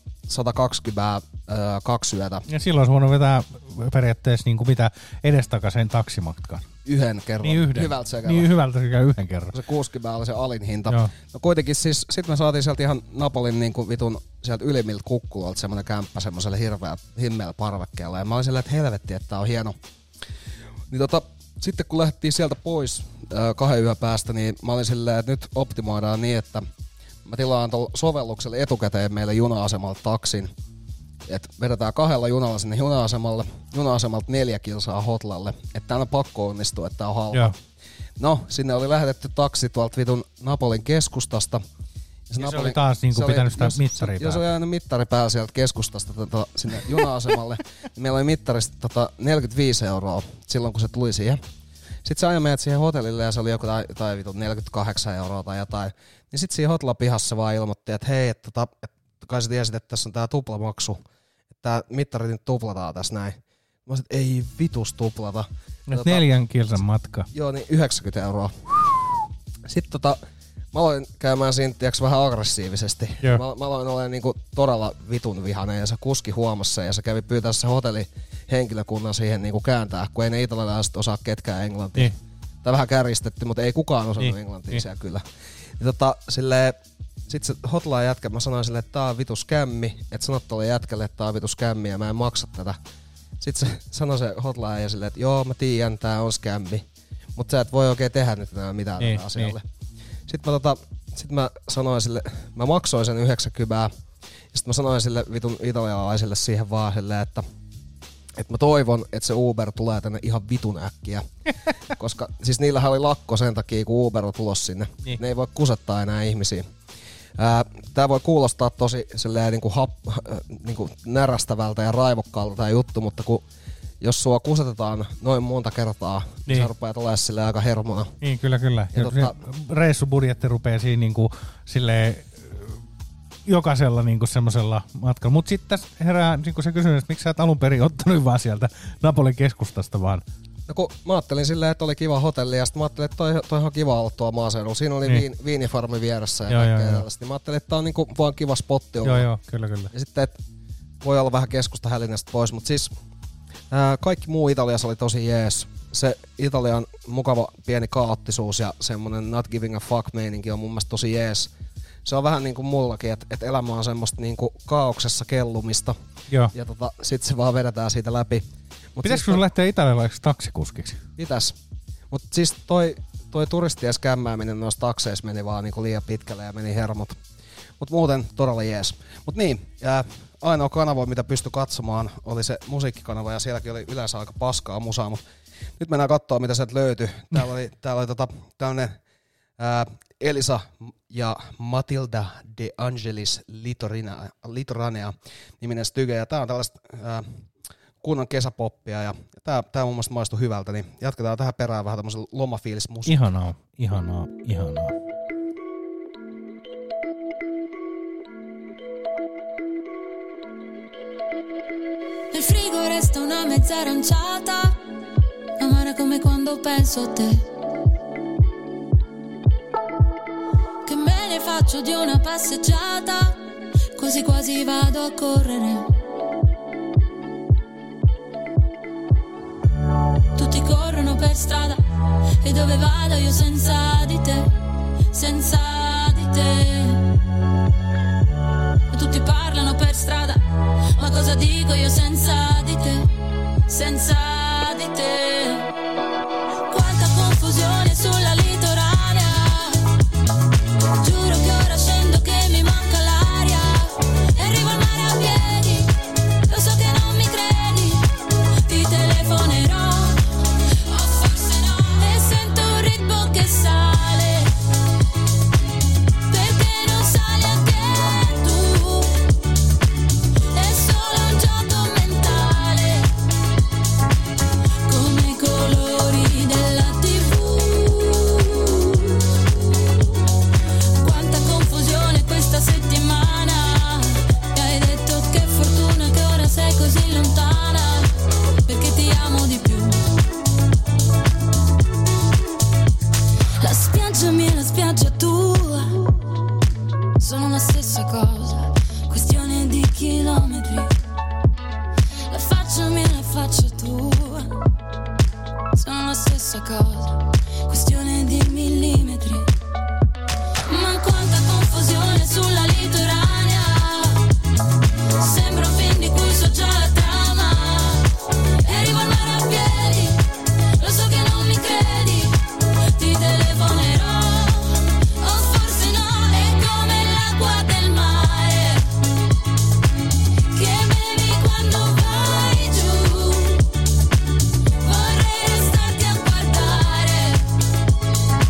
120 2 yötä. Ja silloin olisi voinut vetää periaatteessa niin kuin mitä edestakaisen taksimatkan. Yhden kerran. Niin Hyvältä sekä. Niin hyvältä sekä yhden kerran. Se 60 oli se alin hinta. Joo. No kuitenkin siis, sit me saatiin sieltä ihan Napolin niinku vitun sieltä ylimmiltä kukkuloilta semmonen kämppä semmoiselle himmeällä parvekkeella. Ja mä olin silleen, että helvetti, että tää on hieno. Niin sitten kun lähdettiin sieltä pois 2 yön päästä, niin mä olin silleen, että nyt optimoidaan niin, että mä tilaan tuolla sovellukselle etukäteen meille juna-asemalta taksin. Että vedetään 2 junalla sinne juna-asemalle, juna-asemalta 4 kilsaa hotlalle. Että tää on pakko onnistua, että tää on halpa. Joo. No, sinne oli lähetetty taksi tuolta vitun Napolin keskustasta. Se oli taas niinku pitänyt sitä mittaria päällä. Jos oli aina mittari päällä sieltä keskustasta sinne juna-asemalle, niin meillä oli mittarista 45 € silloin, kun se tuli siihen. Sitten se ajoi meidät siihen hotellille ja se oli joku tai vitun 48 € tai jotain. Niin sitten siinä hotellapihassa vaan ilmoitti, että hei, että kai sä tiesit, että tässä on tää tuplamaksu. Että tää mittari nyt tuplataan tässä näin. Mä olisin, että ei vitus tuplata. 4 kilsan matka. Joo, niin 90 €. Sitten mä aloin käymään siinä vähän aggressiivisesti. Mä aloin olemaan niinku todella vitun vihainen ja se kuski huomasi sen ja se kävi pyytää se hotellihenkilökunnan siihen niinku kääntää, kun ei ne italialaiset osaa ketkään englantia. Niin. Tai vähän kärjistetty, mutta ei kukaan osannut englantia siellä kyllä. Ja sit se hotline jätkä, mä sanoin silleen, että tää on vitu skämmi, että sanot tolle jätkälle, että tää on vitu skämmi ja mä en maksa tätä. Sitten se sanoi se hotline ja silleen, että joo mä tiedän, tää on skämmi, mutta sä et voi oikein tehdä nyt enää mitään tätä asialle. Sitten mä sanoin sille, mä maksoin sen 90 ja sitten mä sanoin sille vitun italialaiselle siihen vaan silleen, että mä toivon, että se Uber tulee tänne ihan vitun äkkiä. Koska siis niillähän oli lakko sen takia, kun Uber on tulos sinne. Niin. Ne ei voi kusettaa enää ihmisiä. Tää voi kuulostaa tosi niinku närästävältä ja raivokkaalta tää juttu, mutta jos sua kusetetaan noin monta kertaa, niin se rupeaa olemaan silleen aika hermona. Niin, kyllä. Ja reissubudjetti rupeaa siinä niinku silleen jokaisella niinku semmosella matkalla. Mut sit tässä herää niinku se kysymys, että miksi sä et alun perin ottanut vaan sieltä Napolin keskustasta vaan? No kun mä ajattelin silleen, että oli kiva hotelli ja sitten mä ajattelin, että toi on kiva olla tuolla maaseudulla. Siinä oli viinifarmi vieressä ja kaikkea tällaista. Niin mä ajattelin, että tää on niinku vaan kiva spotti olla. Joo, kyllä. Ja sitten, että voi olla vähän keskusta hälinästä pois, mutta siis kaikki muu Italiassa oli tosi jees. Se Italian mukava pieni kaoottisuus ja semmonen not giving a fuck meininki on mun mielestä tosi jees. Se on vähän niinku mullakin, että elämä on semmoista niinku kaauksessa kellumista. Joo. Ja sit se vaan vedetään siitä läpi. Pitäisikö sun lähteä italialaiseksi taksikuskiksi? Pitäis. Mut siis toi turistien skämmääminen noissa takseissa meni vaan niinku liian pitkälle ja meni hermot. Mut muuten todella jees. Mut niin, ainoa kanava, mitä pystyi katsomaan, oli se musiikkikanava ja sielläkin oli yleensä aika paskaa musaa, mut nyt mennään kattoo, mitä sieltä löytyi. Täällä oli tämmönen Elisa ja Matilda de Angelis Litoranea niminen styge, ja tää on tällaista kunnon kesäpoppia, ja tää mun mielestä maistui hyvältä, niin jatketaan tähän perään vähän tämmöisen lomafiilismusiikkia. Ihanaa. Nel frigo resta una mezza aranciata, amara come quando penso a te. Che me ne faccio di una passeggiata, quasi quasi vado a correre. Tutti corrono per strada e dove vado io senza di te, senza di te. Tutti parlano per strada, ma cosa dico io senza di te, senza di te. Quanta confusione sulla litoranea, giuro che ora scendo che mi manca l'aria e arrivo al mare a piedi, lo so che non mi credi, di te penso tu. Sono la stessa cosa, questione di millimetri. Ma quanta confusione sulla litoranea. Sembra un film di cui so già la trama. E arrivo al mare a piedi, lo so che non mi credi. Ti telefonerò, o forse no. È come l'acqua del mare che bevi quando vai giù. Vorrei restarti a guardare.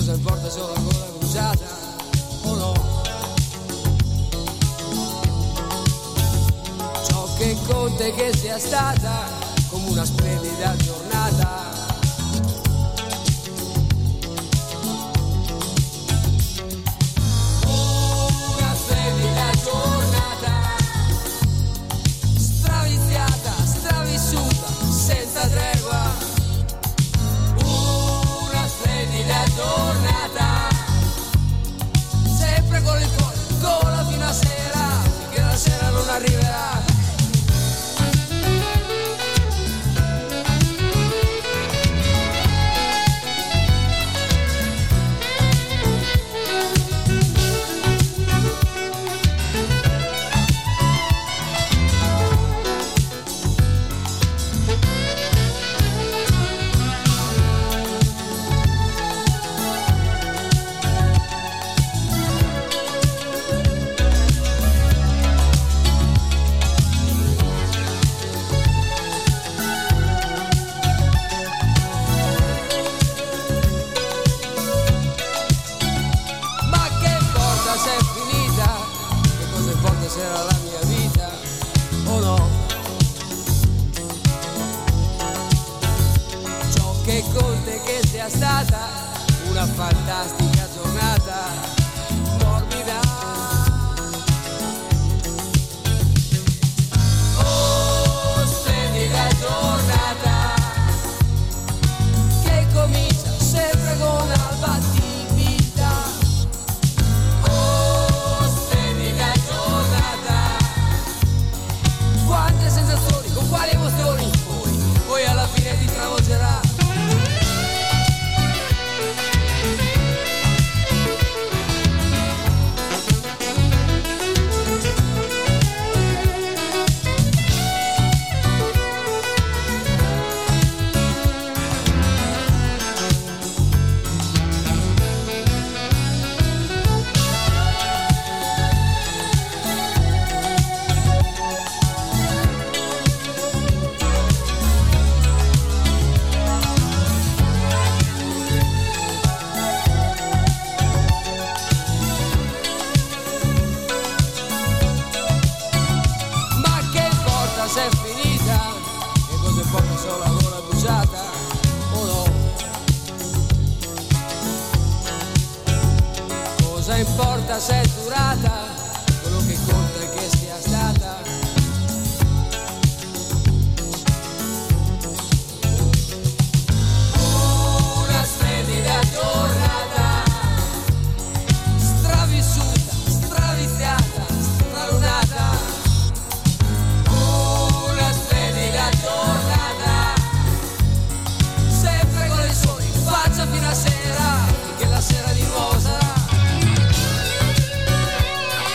cosa importa solo la gola bruciata o no? Ciò che conta è che sia stata come una splendida giornata. Una splendida giornata, straviziata, stravissuta, senza tregua. Una splendida giornata, sempre con il cuore in gola fino a sera, finché la sera non arriverà. Era la mia vita o no? Ciò che conta è che sia stata una fantastica giornata morbida. Oh, splendida giornata che comincia sempre con alba attività. Quante sensazioni, con quali emozioni, poi alla fine ti travolgerà. Se è finita, che cosa importa solo la gola bruciata o no? Cosa importa se è durata, quello che conta è che sia stata. Una splendida giornata, stravissuta, straviziata, stralunata. Giornata, sempre con il sole in faccia fino a sera, finché la sera di nuovo sarà.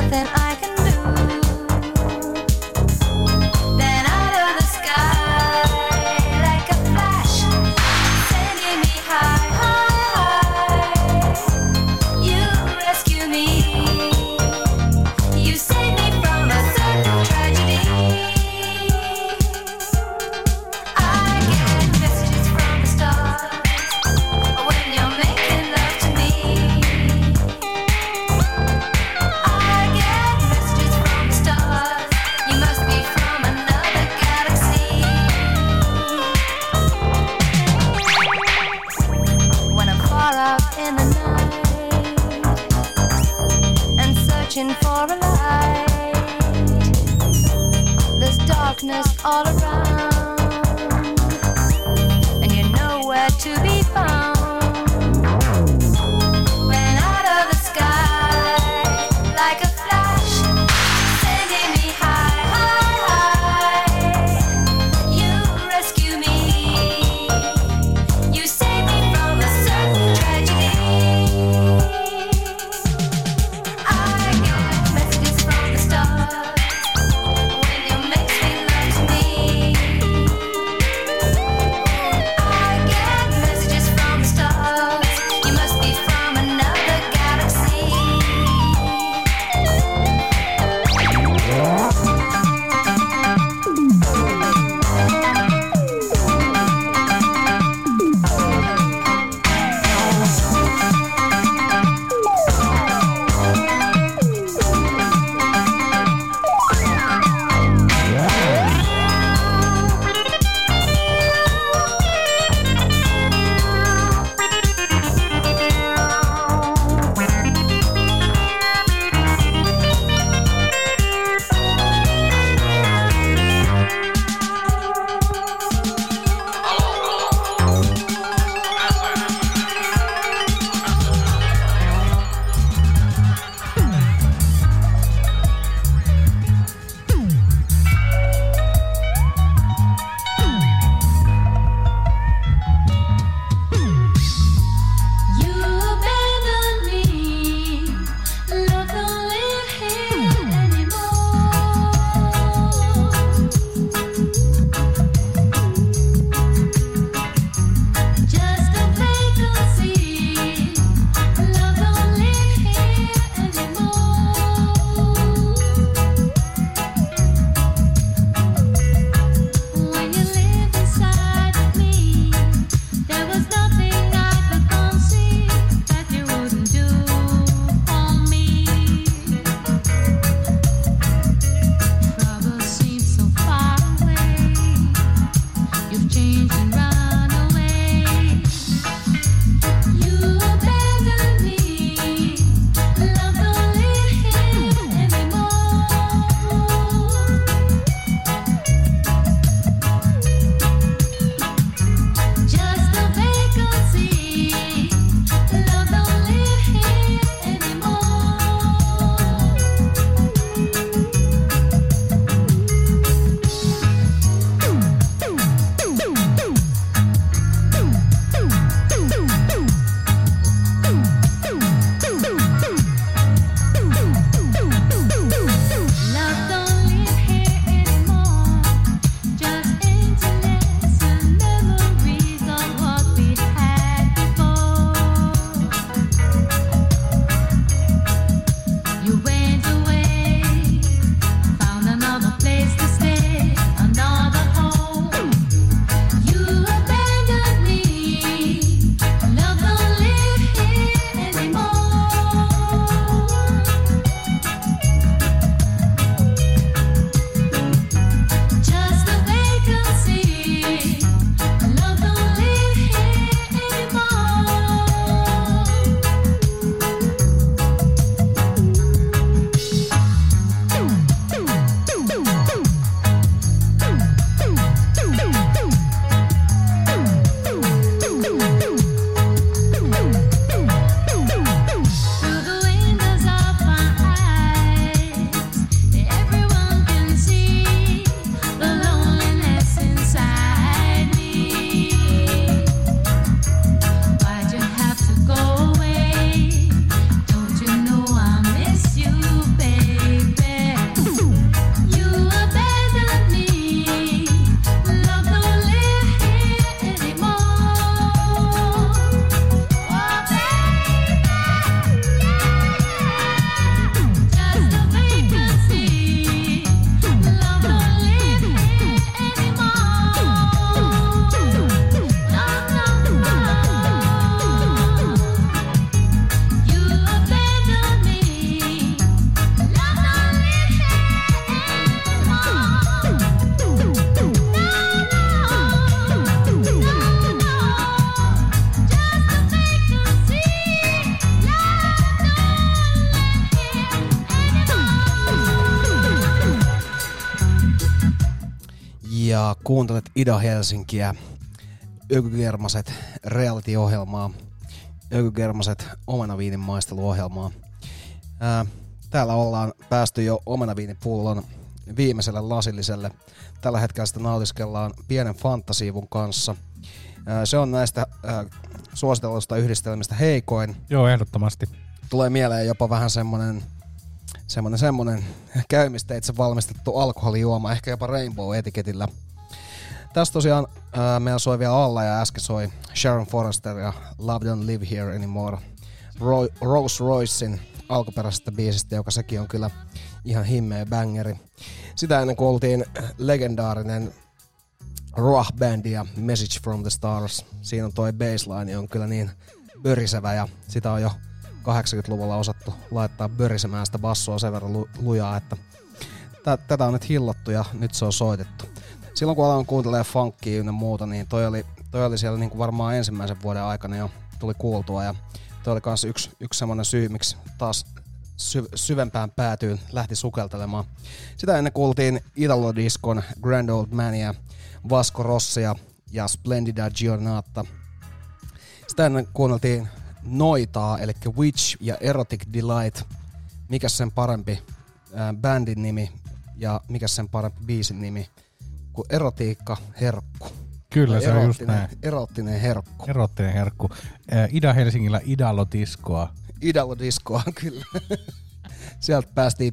nothing I can do. Then out of the sky, like a flash, sending me high, high, high. You rescue me. You save me from a certain tragedy. I get messages from the stars when you're making love to me. I get messages from the stars. You must be from another galaxy. When I'm far out in the night and searching for a light, there's darkness all around, and you're nowhere to be found. When out of the sky, like a flash, sending me high, high, high. You rescue me. You save me from a certain tragedy. I get messages from the stars when you make sweet love to me. I get messages from the ja kuuntelet Ida Helsinkiä, Ökygermaset reality-ohjelmaa, Ökygermaset omenaviinin maisteluohjelmaa. Täällä ollaan päästy jo omenaviinipullon viimeiselle lasilliselle. Tällä hetkellä sitä nautiskellaan pienen fantasiivun kanssa. Se on näistä suositelluista yhdistelmistä heikoin. Joo, ehdottomasti. Tulee mieleen jopa vähän semmonen käymisteitse valmistettu alkoholijuoma, ehkä jopa Rainbow-etiketillä. Tässä tosiaan meillä soi vielä alla ja äsken soi Sharon Forrester ja Love Don't Live Here Anymore Rose Roycein alkuperäisestä biisistä, joka sekin on kyllä ihan himmeä bangeri. Sitä ennen kuin oltiin legendaarinen Ruah-bändi ja Message from the Stars. Siinä on toi bassline, on kyllä niin börisevä ja sitä on jo 80-luvulla osattu laittaa börisemään sitä bassoa sen verran lujaa, että tätä on nyt hillattu ja nyt se on soitettu. Silloin kun aloin kuuntelemaan funkia ynnä muuta, niin toi oli siellä niin kuin varmaan ensimmäisen vuoden aikana jo tuli kuultua ja toi oli kans yksi semmoinen syy, miksi taas syvempään päätyyn lähti sukeltelemaan. Sitä ennen kuultiin Italo Discon Grand Old Mania, Vasco Rossia ja Splendida Giornata. Sitä ennen kuunneltiin Noitaa, eli Witch ja Erotic Delight. Mikäs sen parempi bändin nimi ja mikäs sen parempi biisin nimi kuin Erotiikka Herkku. Kyllä, se on just näin. Erottinen herkku. Erottinen herkku. Ida Helsingillä Idalo Discoa. Idalo Discoa, kyllä. Sieltä päästiin.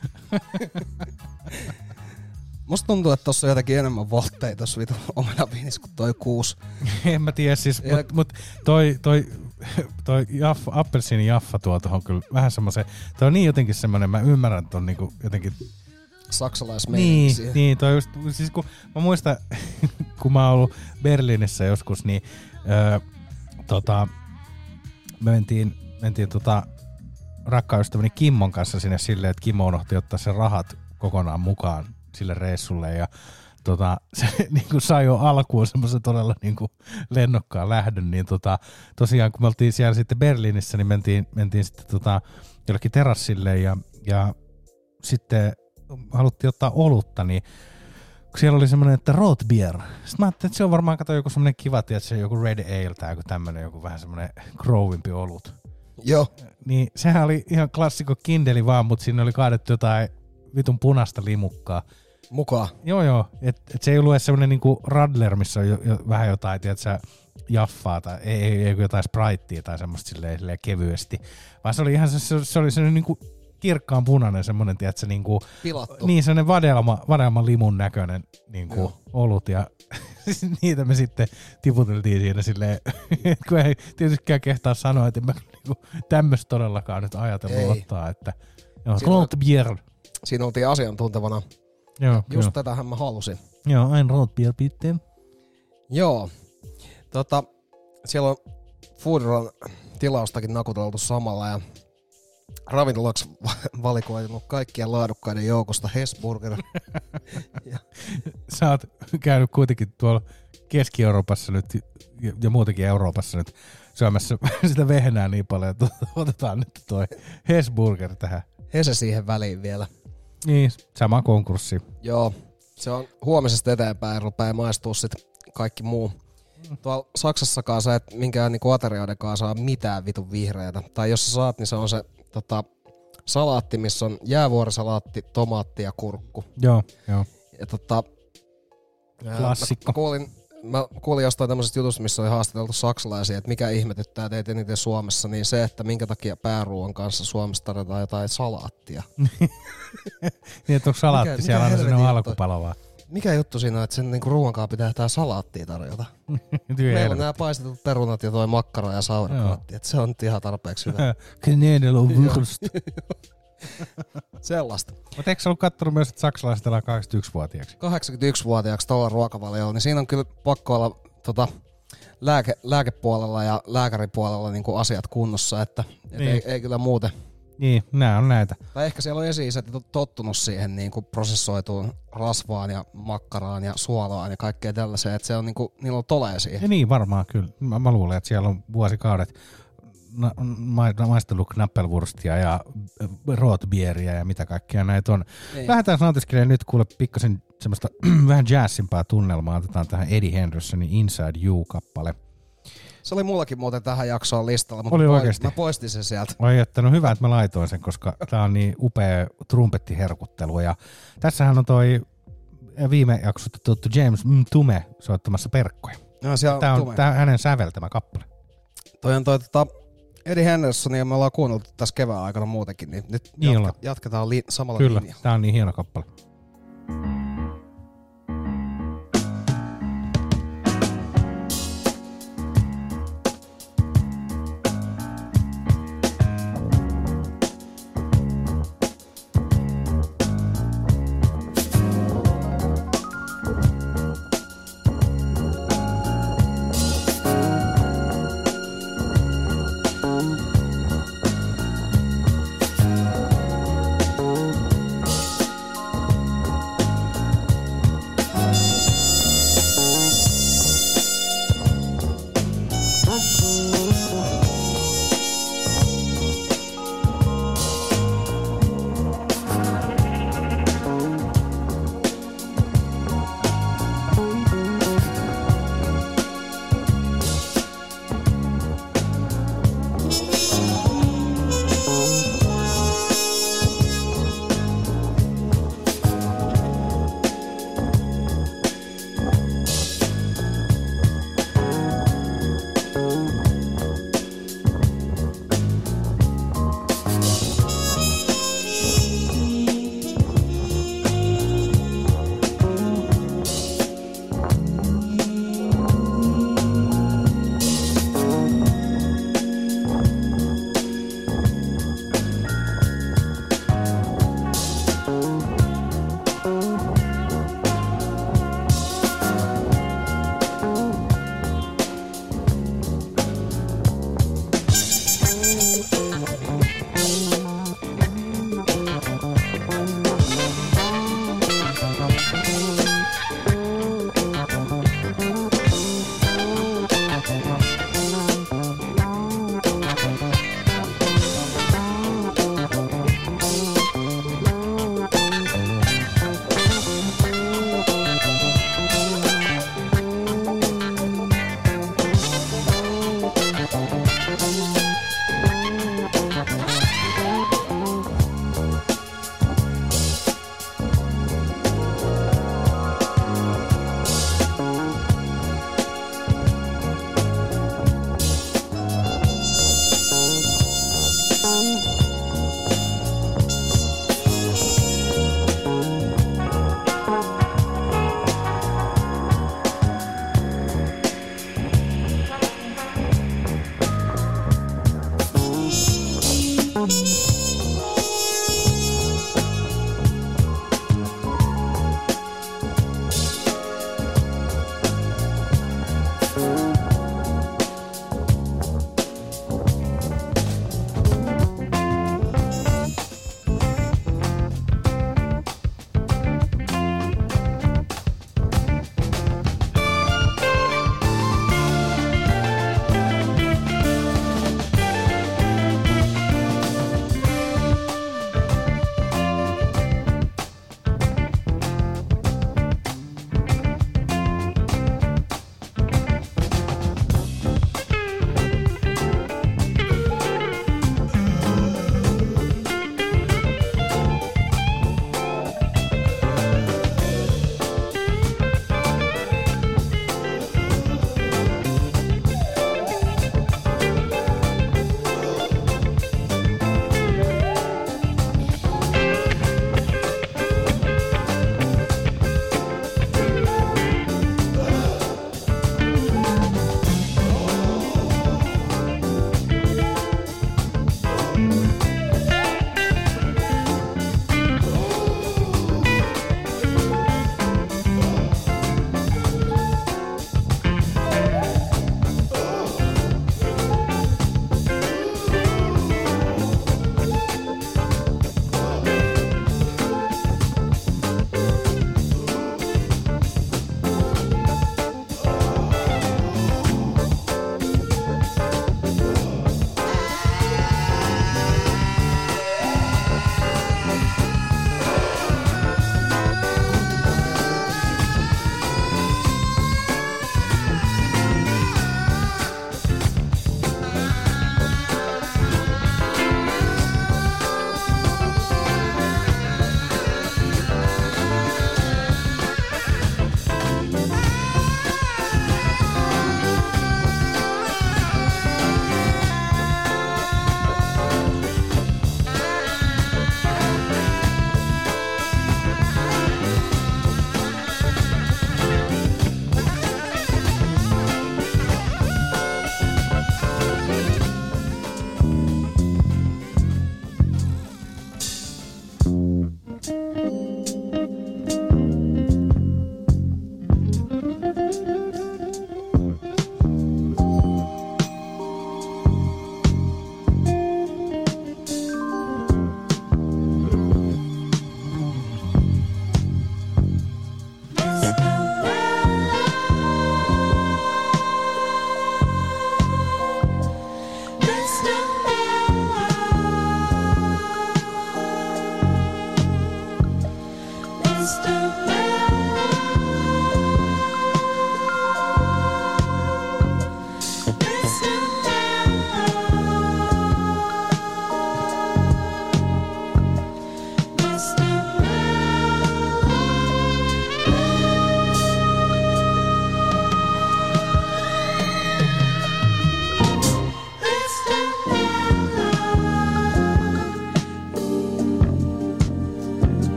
Musta tuntuu, että tossa on jotakin enemmän voltteja tossa vitu omenaviinissä kuin toi 6. En mä tiedä siis, mut toi appelsiini Jaffa tuo tohon kyllä vähän semmosen, toi on niin jotenkin semmonen, mä ymmärrän ton niinku jotenkin saksalaismeininkiä. Niin, toi just, siis kun mä muistan, kun mä oon ollut Berliinissä joskus, niin me mentiin rakkaan ystäväni Kimmon kanssa sinne silleen, että Kimmo unohti ottaa sen rahat kokonaan mukaan sille reissulle ja se niinku sai jo alkuun semmoisen todella niinku lennokkaan lähdön, niin tosiaan kun me oltiin siellä sitten Berliinissä, niin mentiin sitten jollekin terassille ja sitten haluttiin ottaa olutta, niin siellä oli semmoinen, että Rotbier. Sitten mä ajattelin, että se on varmaan joku semmoinen kiva, että se on joku Red Ale tai joku tämmöinen, joku vähän semmoinen growimpi olut. Joo. Niin sehän oli ihan klassikko kindeli vaan, mutta siinä oli kaadettu jotain vitun punaista limukkaa. Mukaan. Joo. Et se ei ollut edes semmoinen niinku Radler, missä on jo vähän jotain, tiedätkö, jaffaa tai ei jotain Spritea tai semmoista silleen kevyesti. Vaan se oli ihan se oli semmoinen niinku kirkkaan punainen semmoinen, tiedätkö, niinku pilattu. Niin semmoinen vadelma limun näköinen niinku olut ja niitä me sitten tiputeltiin siinä silleen, kun ei tietystikään kehtaa sanoa, että en mä niinku tämmöistä todellakaan nyt ajatellut ottaa, että Rotbier. Siinä oltiin asiantuntevana. Joo, just kyllä. tätähän mä halusin. Joo, ein Rotbier bitte. Joo. Siellä on Foodron tilaustakin nakuteltu samalla ja ravintolaksi valikoitunut kaikkien laadukkaiden joukosta Hesburger. Sä oot käynyt kuitenkin tuolla Keski-Euroopassa nyt ja muutenkin Euroopassa nyt syömässä sitä vehnää niin paljon, että otetaan nyt toi Hesburger tähän. Hese siihen väliin vielä. Niin, sama konkurssi. Joo, se on huomisesta eteenpäin rupeaa maistua sit kaikki muu. Tuolla Saksassakaan sä et minkään niinku aterioidenkaan saa mitään vitun vihreätä. Tai jos sä saat, niin se on se salaatti, missä on jäävuorisalaatti, tomaatti ja kurkku. Joo. Ja klassikko. Mä kuulin jostain tämmöisestä jutusta, missä oli haastateltu saksalaisia, että mikä ihmetyttää teitä eniten Suomessa, niin se, että minkä takia pääruoan kanssa Suomessa tarjotaan jotain salaattia. Niin, että onko salaatti siellä aina sinne alkupalavaa? Mikä juttu siinä on, että sen niinku ruoankaan pitää tää salaattia tarjota? Meillä on nämä paistetut perunat ja toi makkara ja sauerkraatti, että se on nyt ihan tarpeeksi hyvä. Knödelwurst. Sellaista. Mutta eikö sä ollut kattonut myös, että saksalaiset elää 81-vuotiaaksi? 81-vuotiaaksi tuolla ruokavaliolla, niin siinä on kyllä pakko olla lääkepuolella ja lääkäripuolella niinku asiat kunnossa, että niin. ei kyllä muuten. Niin, nää on näitä. Tai ehkä siellä on esi-isät tottunut siihen niinku prosessoituun rasvaan ja makkaraan ja suolaan ja kaikkea tällaiseen, että se on niinku, niillä on tolee siihen. Ja niin varmaan kyllä. Mä luulen, että siellä on vuosikaudet maistellut knappelwurstia ja rotbieria ja mitä kaikkea näitä on. Niin. Lähdetään nautiskelemaan nyt kuule pikkasen semmoista vähän jazzimpaa tunnelmaa. Otetaan tähän Eddie Hendersonin Inside You-kappale. Se oli mullakin muuten tähän jaksoon listalla, mutta Oli oikeesti. mä poistin sen sieltä. Oi, että no hyvä, että mä laitoin sen, koska tää on niin upea trumpettiherkuttelu. Ja tässähän on toi viime jaksosta tuttu James Tume soittamassa perkkoja. No, siellä Tää on Tume. tää hänen säveltämä kappale. Toi on Eddie Hendersonia me ollaan kuunneltu tässä kevään aikana muutenkin, niin nyt Niin ollaan. jatketaan samalla Kyllä, linjalla. tää on niin hieno kappale.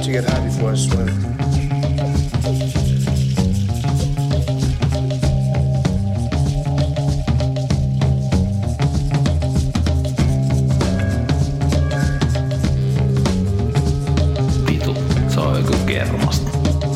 to get high before I swim. Vitu, se on joku kermasta.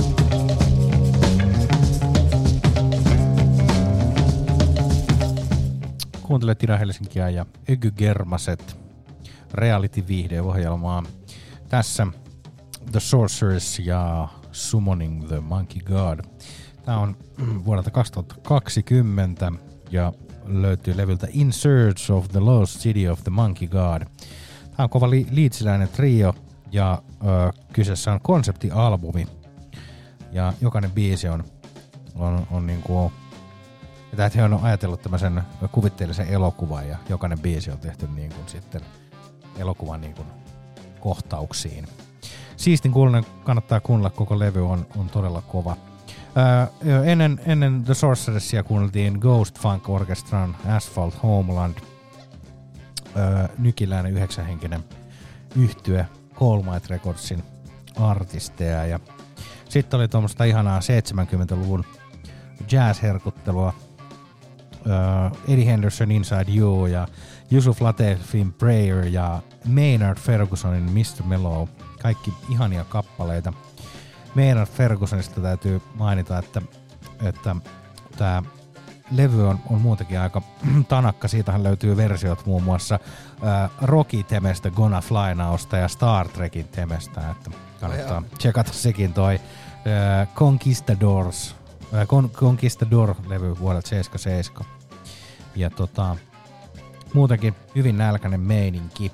Kuuntelee Tira Helsinkiä ja Öky Germaset reality-viihdeohjelmaa. Tässä The Sorceress ja Summoning the Monkey God. Tämä on vuodelta 2020 ja löytyy levyltä In Search of the Lost City of the Monkey God. Tämä on kova liitsiläinen trio ja kyseessä on konseptialbumi. Ja jokainen biisi on niinku... Ja että he on ajatellut tämmöisen kuvitteellisen elokuvan ja jokainen biisi on tehty niin kuin sitten elokuvan niin kuin kohtauksiin. Siistin kuulonen, kannattaa kuunnella, koko levy on todella kova. Ennen The Sorceressia kuunneltiin Ghost Funk Orchestran Asphalt Homeland, nykiläinen 9-henkinen yhtye Coalmite Recordsin artisteja. Ja sitten oli tuommoista ihanaa 70-luvun jazz-herkuttelua. Eddie Henderson Inside You ja Yusuf Lateefin Prayer ja Maynard Fergusonin Mr. Mellow. Kaikki ihania kappaleita. Maynard Fergusonista täytyy mainita, että tämä levy on muutenkin aika tanakka. Siitähän löytyy versiot muun muassa Rocky-temestä, Gonna Fly Nowsta ja Star Trekin temestä. Että kannattaa tsekata sekin toi Conquistador-levy vuodelta 77. Ja muutenkin hyvin nälkäinen meininki.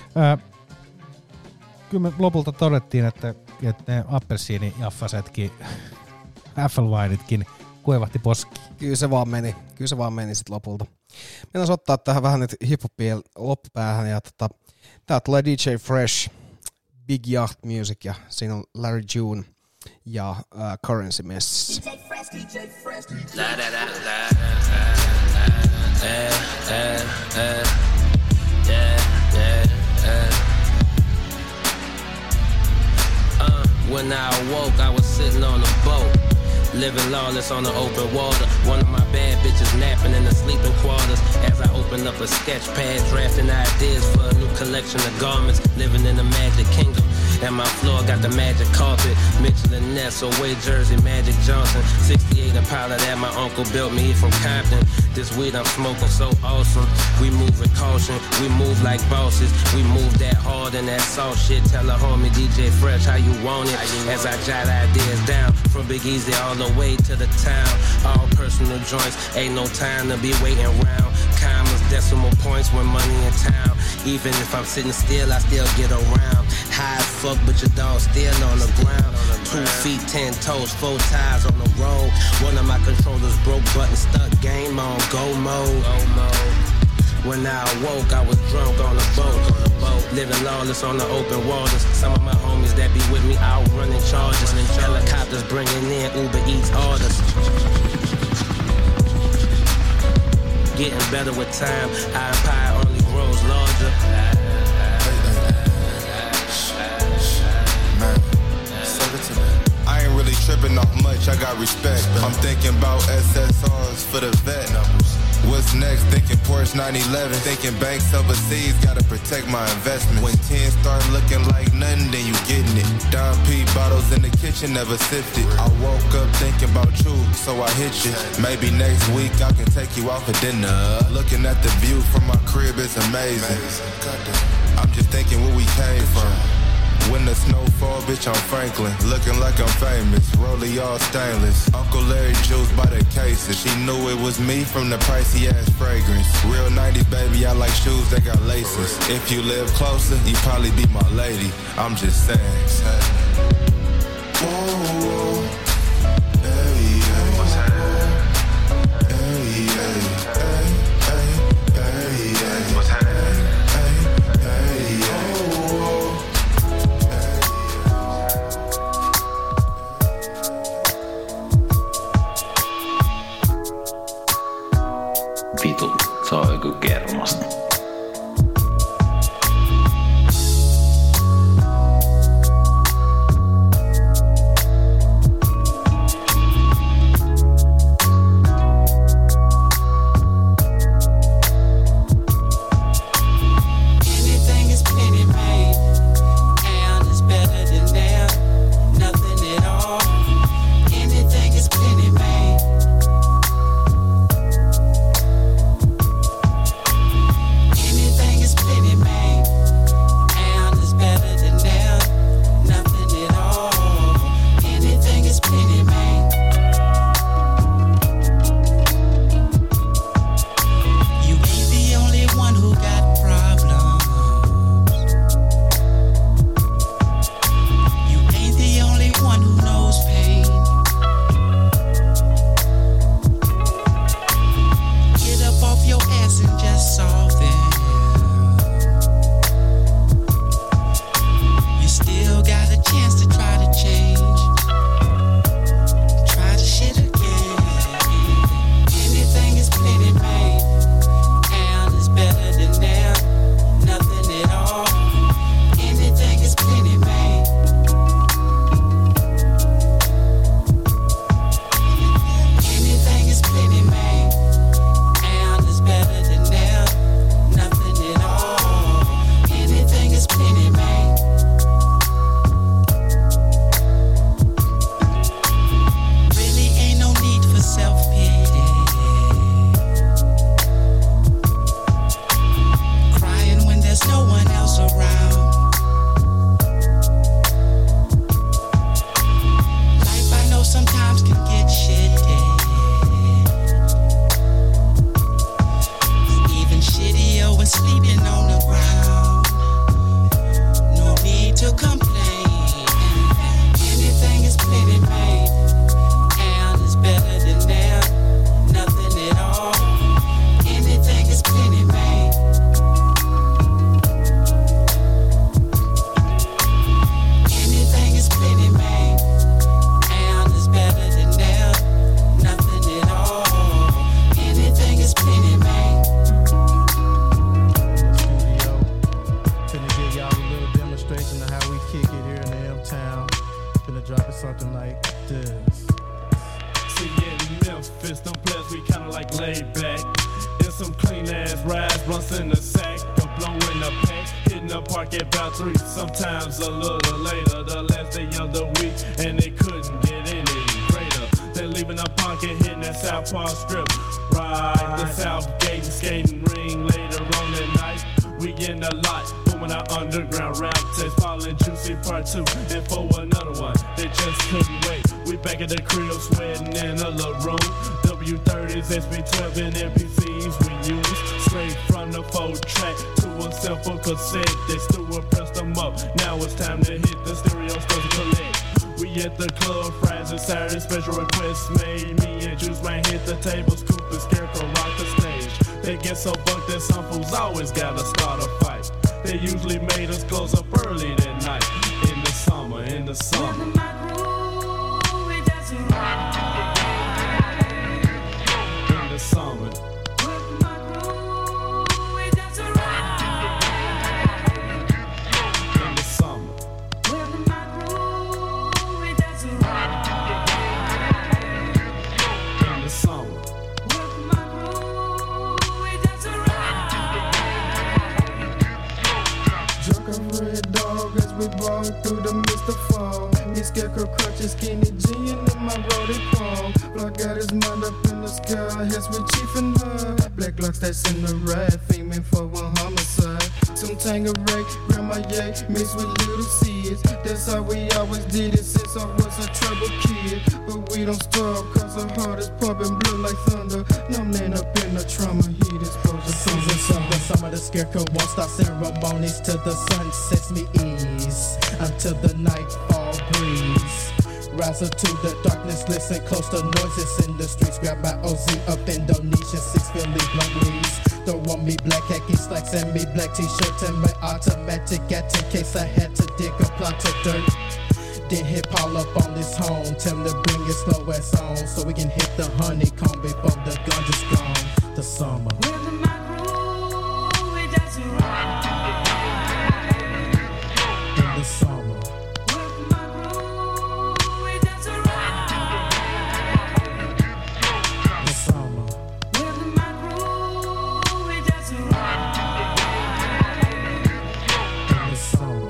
Kyllä me lopulta todettiin, että ne appelsiinijaffasetkin, Applewinetkin kuivahti poskiin. Kyllä se vaan meni sit lopulta. Meidän ottaa tähän vähän nyt hip-hopia loppupäähän. Ja tää tulee DJ Fresh, Big Yacht Music ja siinä on Larry June ja Currency messissä. When I awoke, I was sitting on a boat, living lawless on the open water. One of my bad bitches napping in the sleeping quarters. As I opened up a sketch pad, drafting ideas for a new collection of garments. Living in the magic kingdom. And my floor got the magic carpet. Mitchell and Ness, away Jersey, Magic Johnson. 68 Impala that my uncle built me from Compton. This weed I'm smoking so awesome. We move with caution, we move like bosses. We move that hard and that soft shit. Tell a homie DJ Fresh how you want it. As I jot ideas down from Big Easy all the way to the town. All personal joints, ain't no time to be waiting around. Commas, decimal points when money in town. Even if I'm sitting still, I still get around. High as fuck, but your dog still on the ground. 2 feet, 10 toes, 4 tires on the road. One of my controllers broke, button stuck, game on, go mode. When I awoke, I was drunk on a boat. Living lawless on the open waters. Some of my homies that be with me out running charges. Helicopters bringing in Uber Eats orders. Getting better with time, our pie only grows larger. Man, sell it to me. I ain't really tripping off much, I got respect. I'm thinking about SSRs for the vet. What's next? Thinking Porsche 911. Thinking banks overseas, gotta protect my investment. When 10 start looking like nothing, then you getting it. Don P bottles in the kitchen, never sipped it. I woke up thinking about you, so I hit you. Maybe next week I can take you out for dinner. Looking at the view from my crib is amazing. I'm just thinking where we came from. When the snow fall, bitch, I'm Franklin. Looking like I'm famous, rollie all stainless. Uncle Larry juice by the cases. She knew it was me from the pricey ass fragrance. Real 90s, baby, I like shoes that got laces. If you live closer, you probably be my lady. I'm just saying. Whoa, hey, hey. What's happening? Hey, hey, hey, hey, hey. What's happening? Hey, hey, hey. Vitu, se on joku kermasta. clean ass rides, runs in the sack, or blowing the pack, hitting the park at about 3, sometimes a little later, the last day of the week, and they couldn't get any greater. They're leaving the pocket, hitting that South Park strip, right, the South Gate and skating ring later on that night. We in the lot, booming our underground rap taste, Falling Juicy Part 2, and for another one, they just couldn't wait. We back at the crib, sweating in a little room. W30s, SB12, and MPCs we use. Straight from the 4-track to a simple cassette. They still pressed them up, now it's time to hit the stereo stores and collect. We at the club, fries and Saturday, special requests made. Me and Juice Man hit the table, Scoop and Scarecrow rock the stage. They get so bucked that some fools always gotta start a fight. They usually made us close up early that night. In the summer, in the summer. In the summer. In the summer. In the summer. Drunk of red dog as we walk through the mist of fall. Me scarecrow crutches, skinny jean in my roadie palm. Block got his mind up in the sky, has with Chief and her. Black locks that's in the ride, aiming for one homicide. Some Tangeray, grandma yay, mixed with little seeds. That's how we always did it since I was a troubled kid. But we don't stop, cause our heart is pumping blood like thunder. Numbing up in the trauma heat exposure. Summer, the scarecrow won't stop ceremonies till the sun sets me ease until the nightfall breeze. Rise up to the darkness, listen close to noises in the streets. Grab my OZ up Indonesia, 6 Philly blunt leaves. Throw on me black khaki slacks and me black t-shirt and my automatic at in case I had to dig a plot of dirt. Then hit Paul up on his home, tell him to bring his slow ass on so we can hit the honeycomb before the ganja's gone. The summer. In the summer. The summer. In the summer.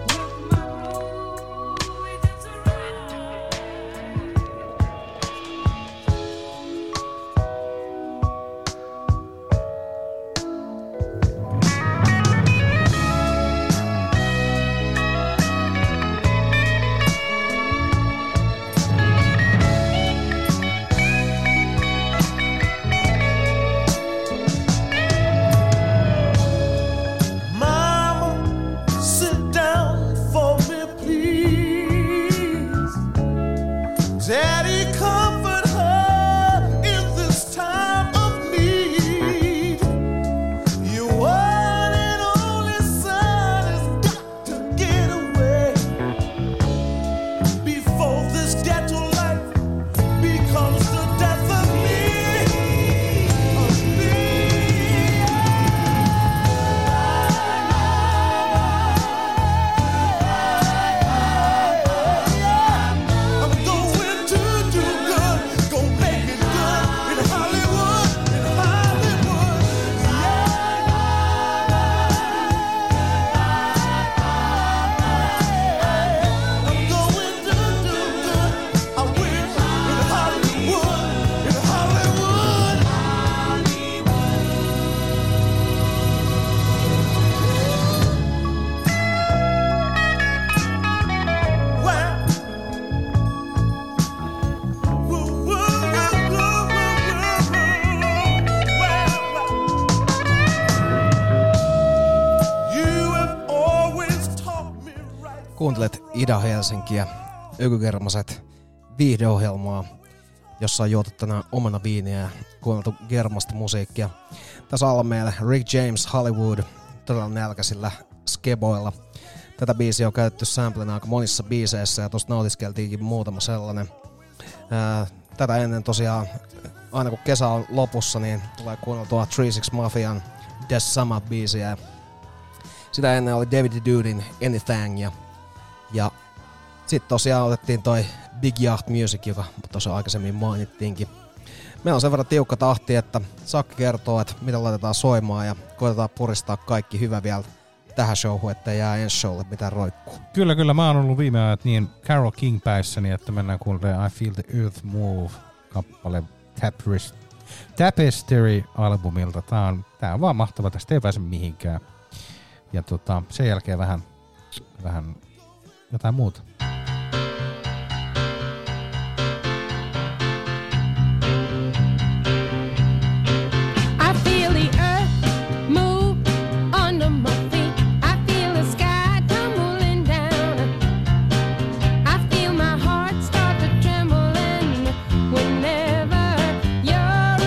Kuuntelet Ida-Helsinkiä, Ökygermaset viihdeohjelmaa, jossa on juotu tänään omana viiniä ja kuunneltu germasta musiikkia. Tässä alla meillä Rick James Hollywood todella nälkäisillä skeboilla. Tätä biisiä on käytetty samplinä aika monissa biiseissä ja tosta nautiskeltiinkin muutama sellainen. Tätä ennen tosiaan, aina kun kesä on lopussa, niin tulee kuunneltua 36 Mafian The Summer-biisiä. Sitä ennen oli David Dudin Anything ja sitten tosiaan otettiin toi Big Yacht Music, joka tuossa aikaisemmin mainittiinkin. Meillä on sen verran tiukka tahti, että Sakki kertoo, että mitä laitetaan soimaan ja koitetaan puristaa kaikki hyvä vielä tähän showhun, ettei jää ensi showlle mitään roikkuu. Kyllä. Mä oon ollut viime ajat niin Carole King päissäni, että mennään kuulemaan I Feel the Earth Move-kappale Tapestry-albumilta. Tää on vaan mahtava, tästä ei pääse mihinkään. Ja sen jälkeen vähän jotain muuta. I feel the earth move under my feet. I feel the sky tumbling down. I feel my heart start to trembling whenever you're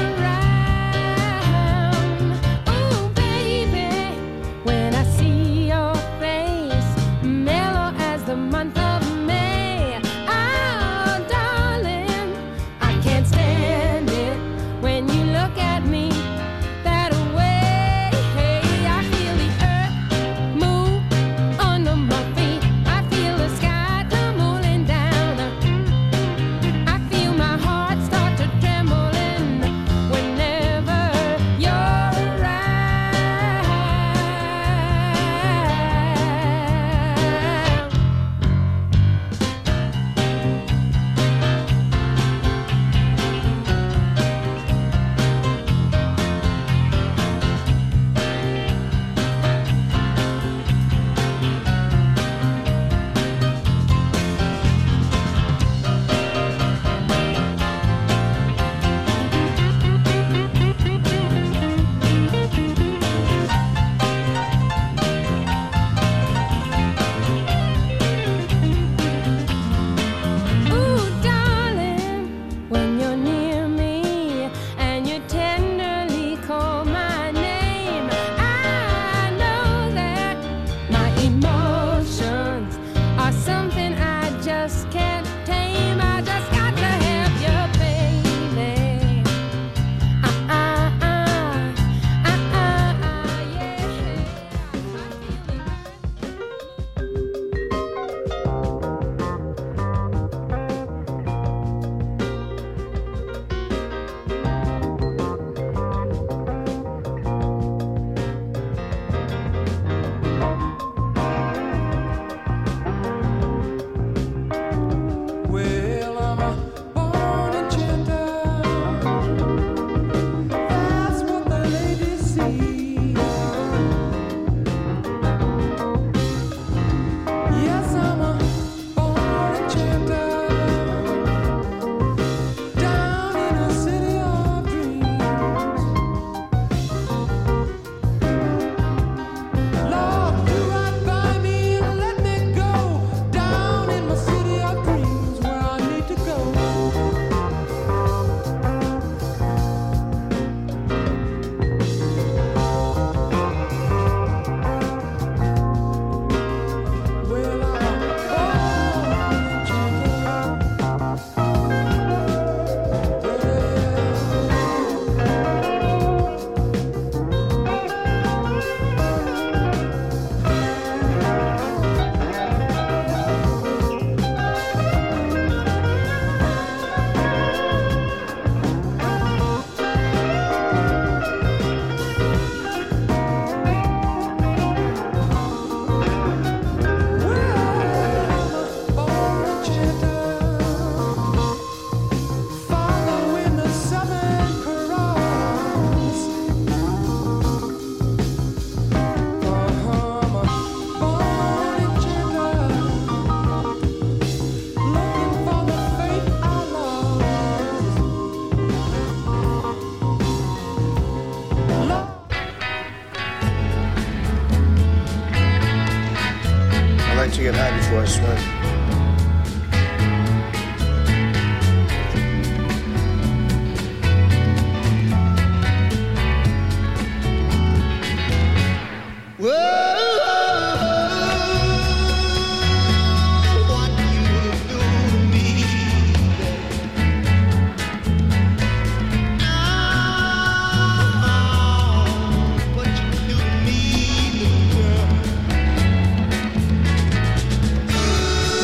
around. Oh, baby, when I see your face, mellow as the month of May. Oh, darling, I can't stand it when you look at me that way. I feel the earth move under my feet. I feel the sky tumbling down. I feel my heart start to trembling whenever you're around. Ooh, darling, when you're near me and you tenderly call my name, I know that my emotions are something I just can't tame. I just got to have you, baby. Yeah. Well, I'm a born enchanter. That's what the ladies see. Yes, I'm a born enchanter. Down in a city of dreams. Lord, do right by me and let me go down in my city of dreams where I need to go. Well, I'm a born enchanter. Following the southern cross. I'm a born enchanter. Looking for the faith I lost. I like to get high before I swim. What you do to me, little girl.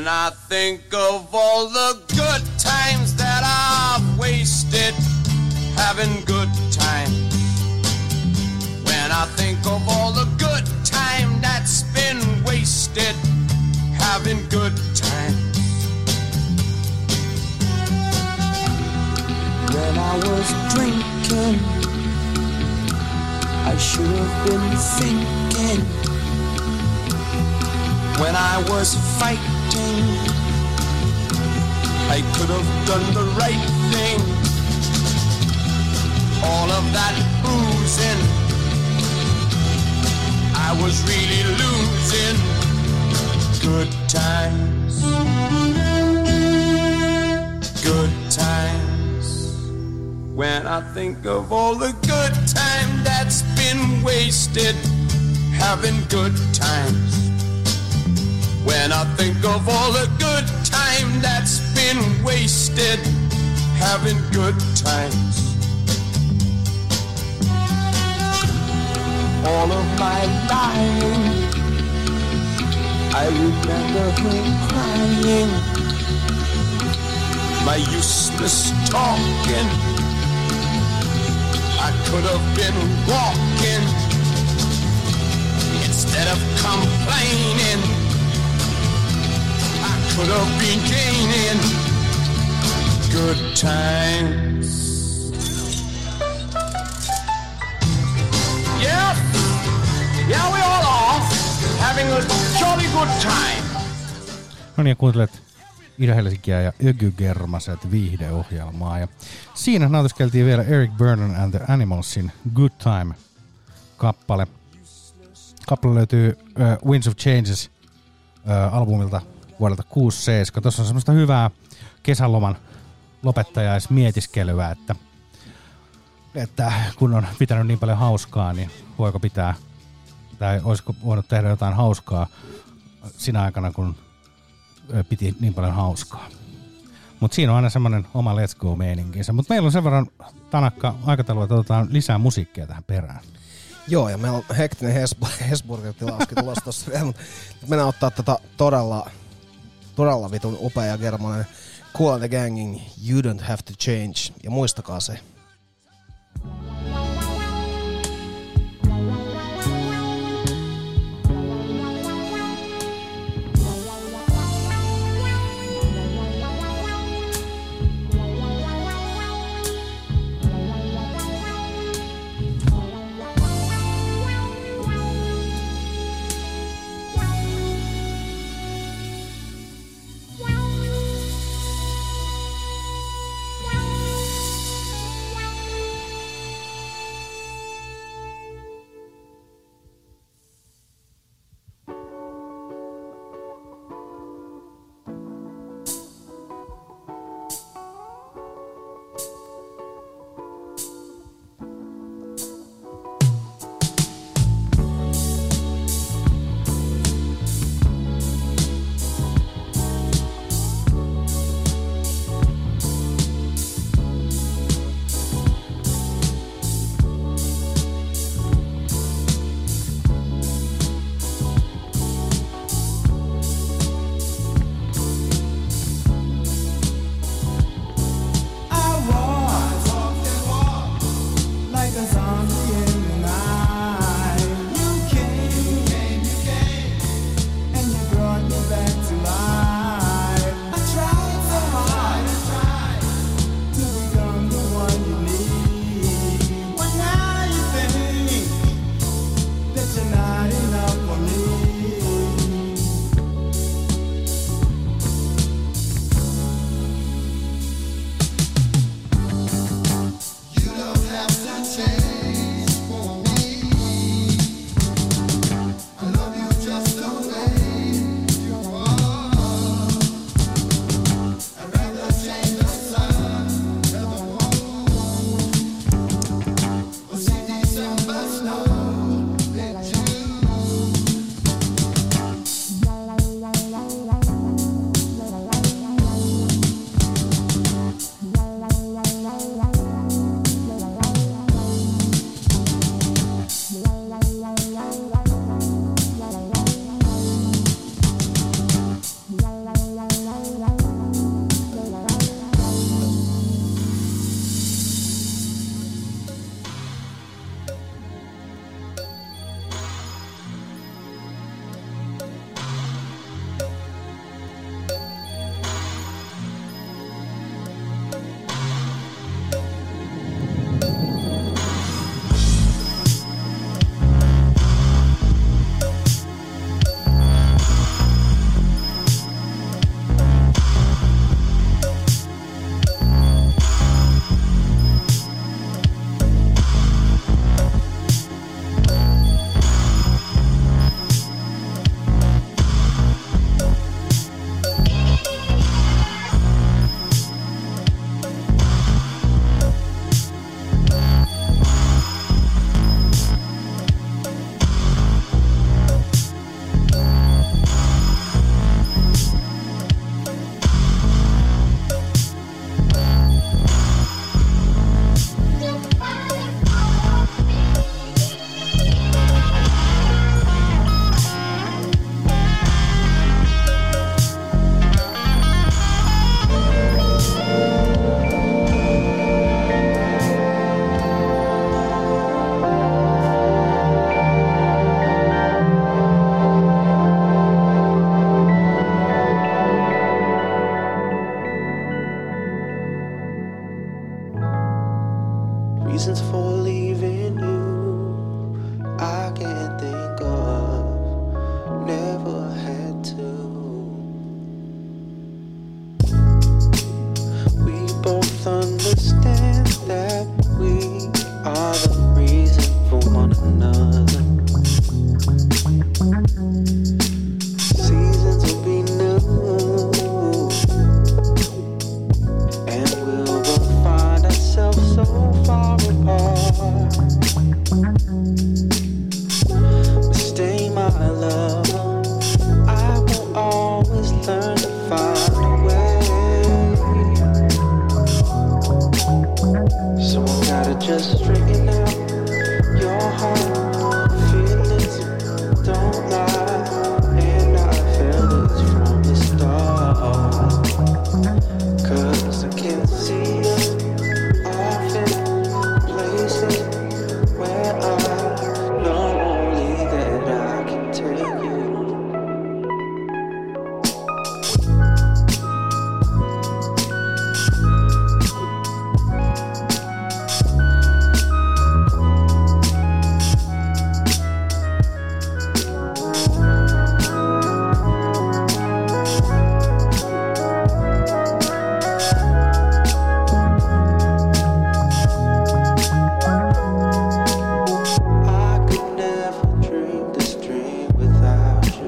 When I think of all the good times that I've wasted having good times. When I think of all the good time that's been wasted having good times. When I was drinking, I should have been thinking. When I was fighting, I could have done the right thing. All of that boozing, I was really losing. Good times, good times. When I think of all the good time that's been wasted having good times. When I think of all the good time that's been wasted having good times. All of my lying, I remember her crying. My useless talking, I could have been walking instead of complaining. I could have been gaining good times. Yes, yeah, we all are having a jolly good time. No niin, ja kuuntelet Ida-Helsinkiä ja Ökygermaset viihdeohjelmaa. Ja siinä nautiskeltiin vielä Eric Burdon and the Animalsin Good Time-kappale. Kappale löytyy Winds of Changes albumilta vuodelta 67. Tuossa on semmoista hyvää kesäloman lopettajaismietiskelyä, että kun on pitänyt niin paljon hauskaa, niin voiko pitää, tai olisiko voinut tehdä jotain hauskaa siinä aikana, kun piti niin paljon hauskaa. Mutta siinä on aina semmoinen oma let's go -meininkinsä. Mutta meillä on sen verran tanakka aikataulu, että otetaan lisää musiikkia tähän perään. Joo, ja meillä on hektinen Hesburger-tilauskin tulossa tossa vielä, mutta mennään ottaa tätä todella vitun upea germanen Kool and the Gangin You Don't Have to Change, ja muistakaa se. reasons for leaving you I can't think of, never had to. We both understand that we are the reason for one another. Seasons will be new, and we'll both find ourselves so far apart. But stay my lover, I will always learn to find a way. So I gotta just straighten out your heart. Feelings don't lie, and I felt it from the start. 'Cause I can see us off in places where I know only that I can take you. I could never dream this dream without you.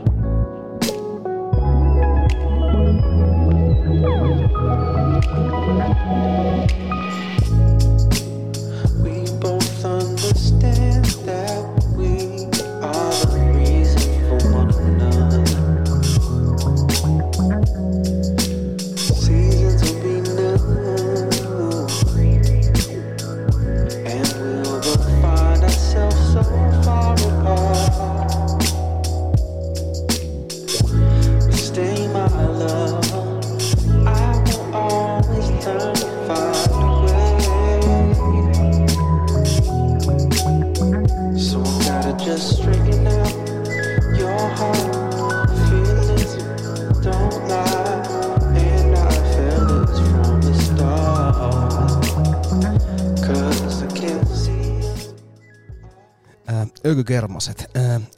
We both understand that we are the reason for one another. Seasons will be new, and we'll both find ourselves so far apart. Stay my lover, I will always learn to find a way. So I gotta just straighten out your heart. Feelings don't lie, and I felt it from the start. 'Cause I can't see us. Ökykermaset.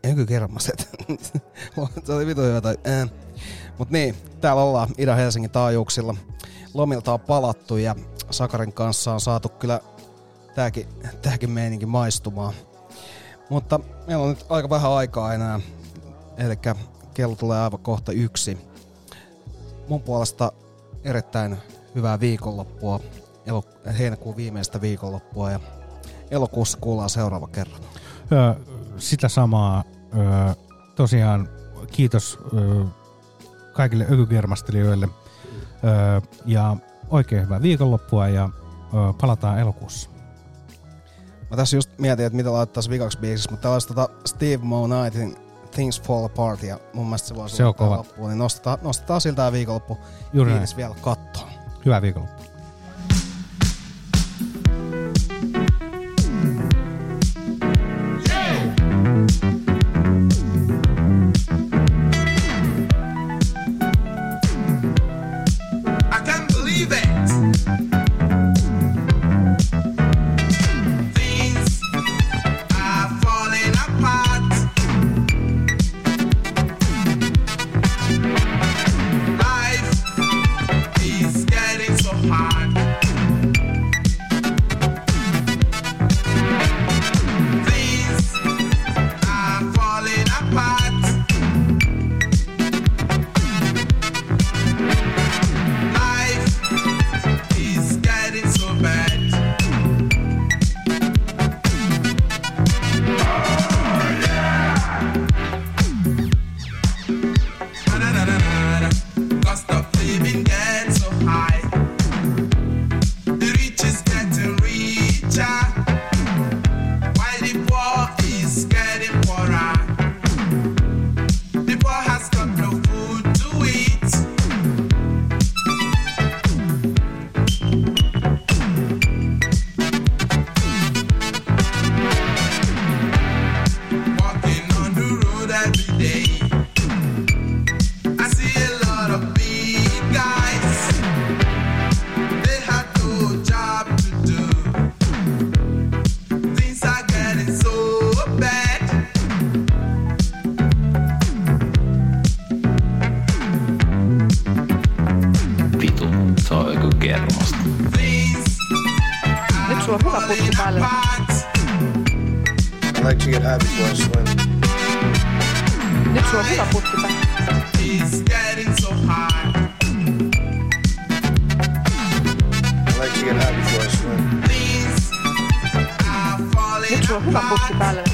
Se oli vitu hyvä toi. Mut niin, täällä ollaan Ida-Helsingin taajuuksilla. Lomilta on palattu ja Sakarin kanssa on saatu kyllä tääkin meininki maistumaan. Mutta meillä on nyt aika vähän aikaa enää. Elikkä kello tulee aivan kohta 1. Mun puolesta erittäin hyvää viikonloppua. Heinäkuun viimeistä viikonloppua ja elokuussa kuullaan seuraava kerran. Sitä samaa. Tosiaan kiitos kaikille ökykermastelijoille ja oikein hyvää viikonloppua ja palataan elokuussa. Mä tässä just mietin, että mitä laittais vikaksi biisissä, mutta täällä olisi Steve Monightin Things Fall Apart ja mun mielestä se voisi olla kova loppuun, niin nostetaan siltä tää viikonloppu fiilis vielä kattoon. Hyvää viikonloppua. I can't believe it. Things are falling apart. Life is getting so hard. Vitu, se on joku kermasta. Nyt sulla on hyvä putki päällä. I like to get high before I swim. Nyt sulla on hyvä putki päällä. It's getting so high. I like to get high before I swim. Nyt sulla on hyvä putki päällä.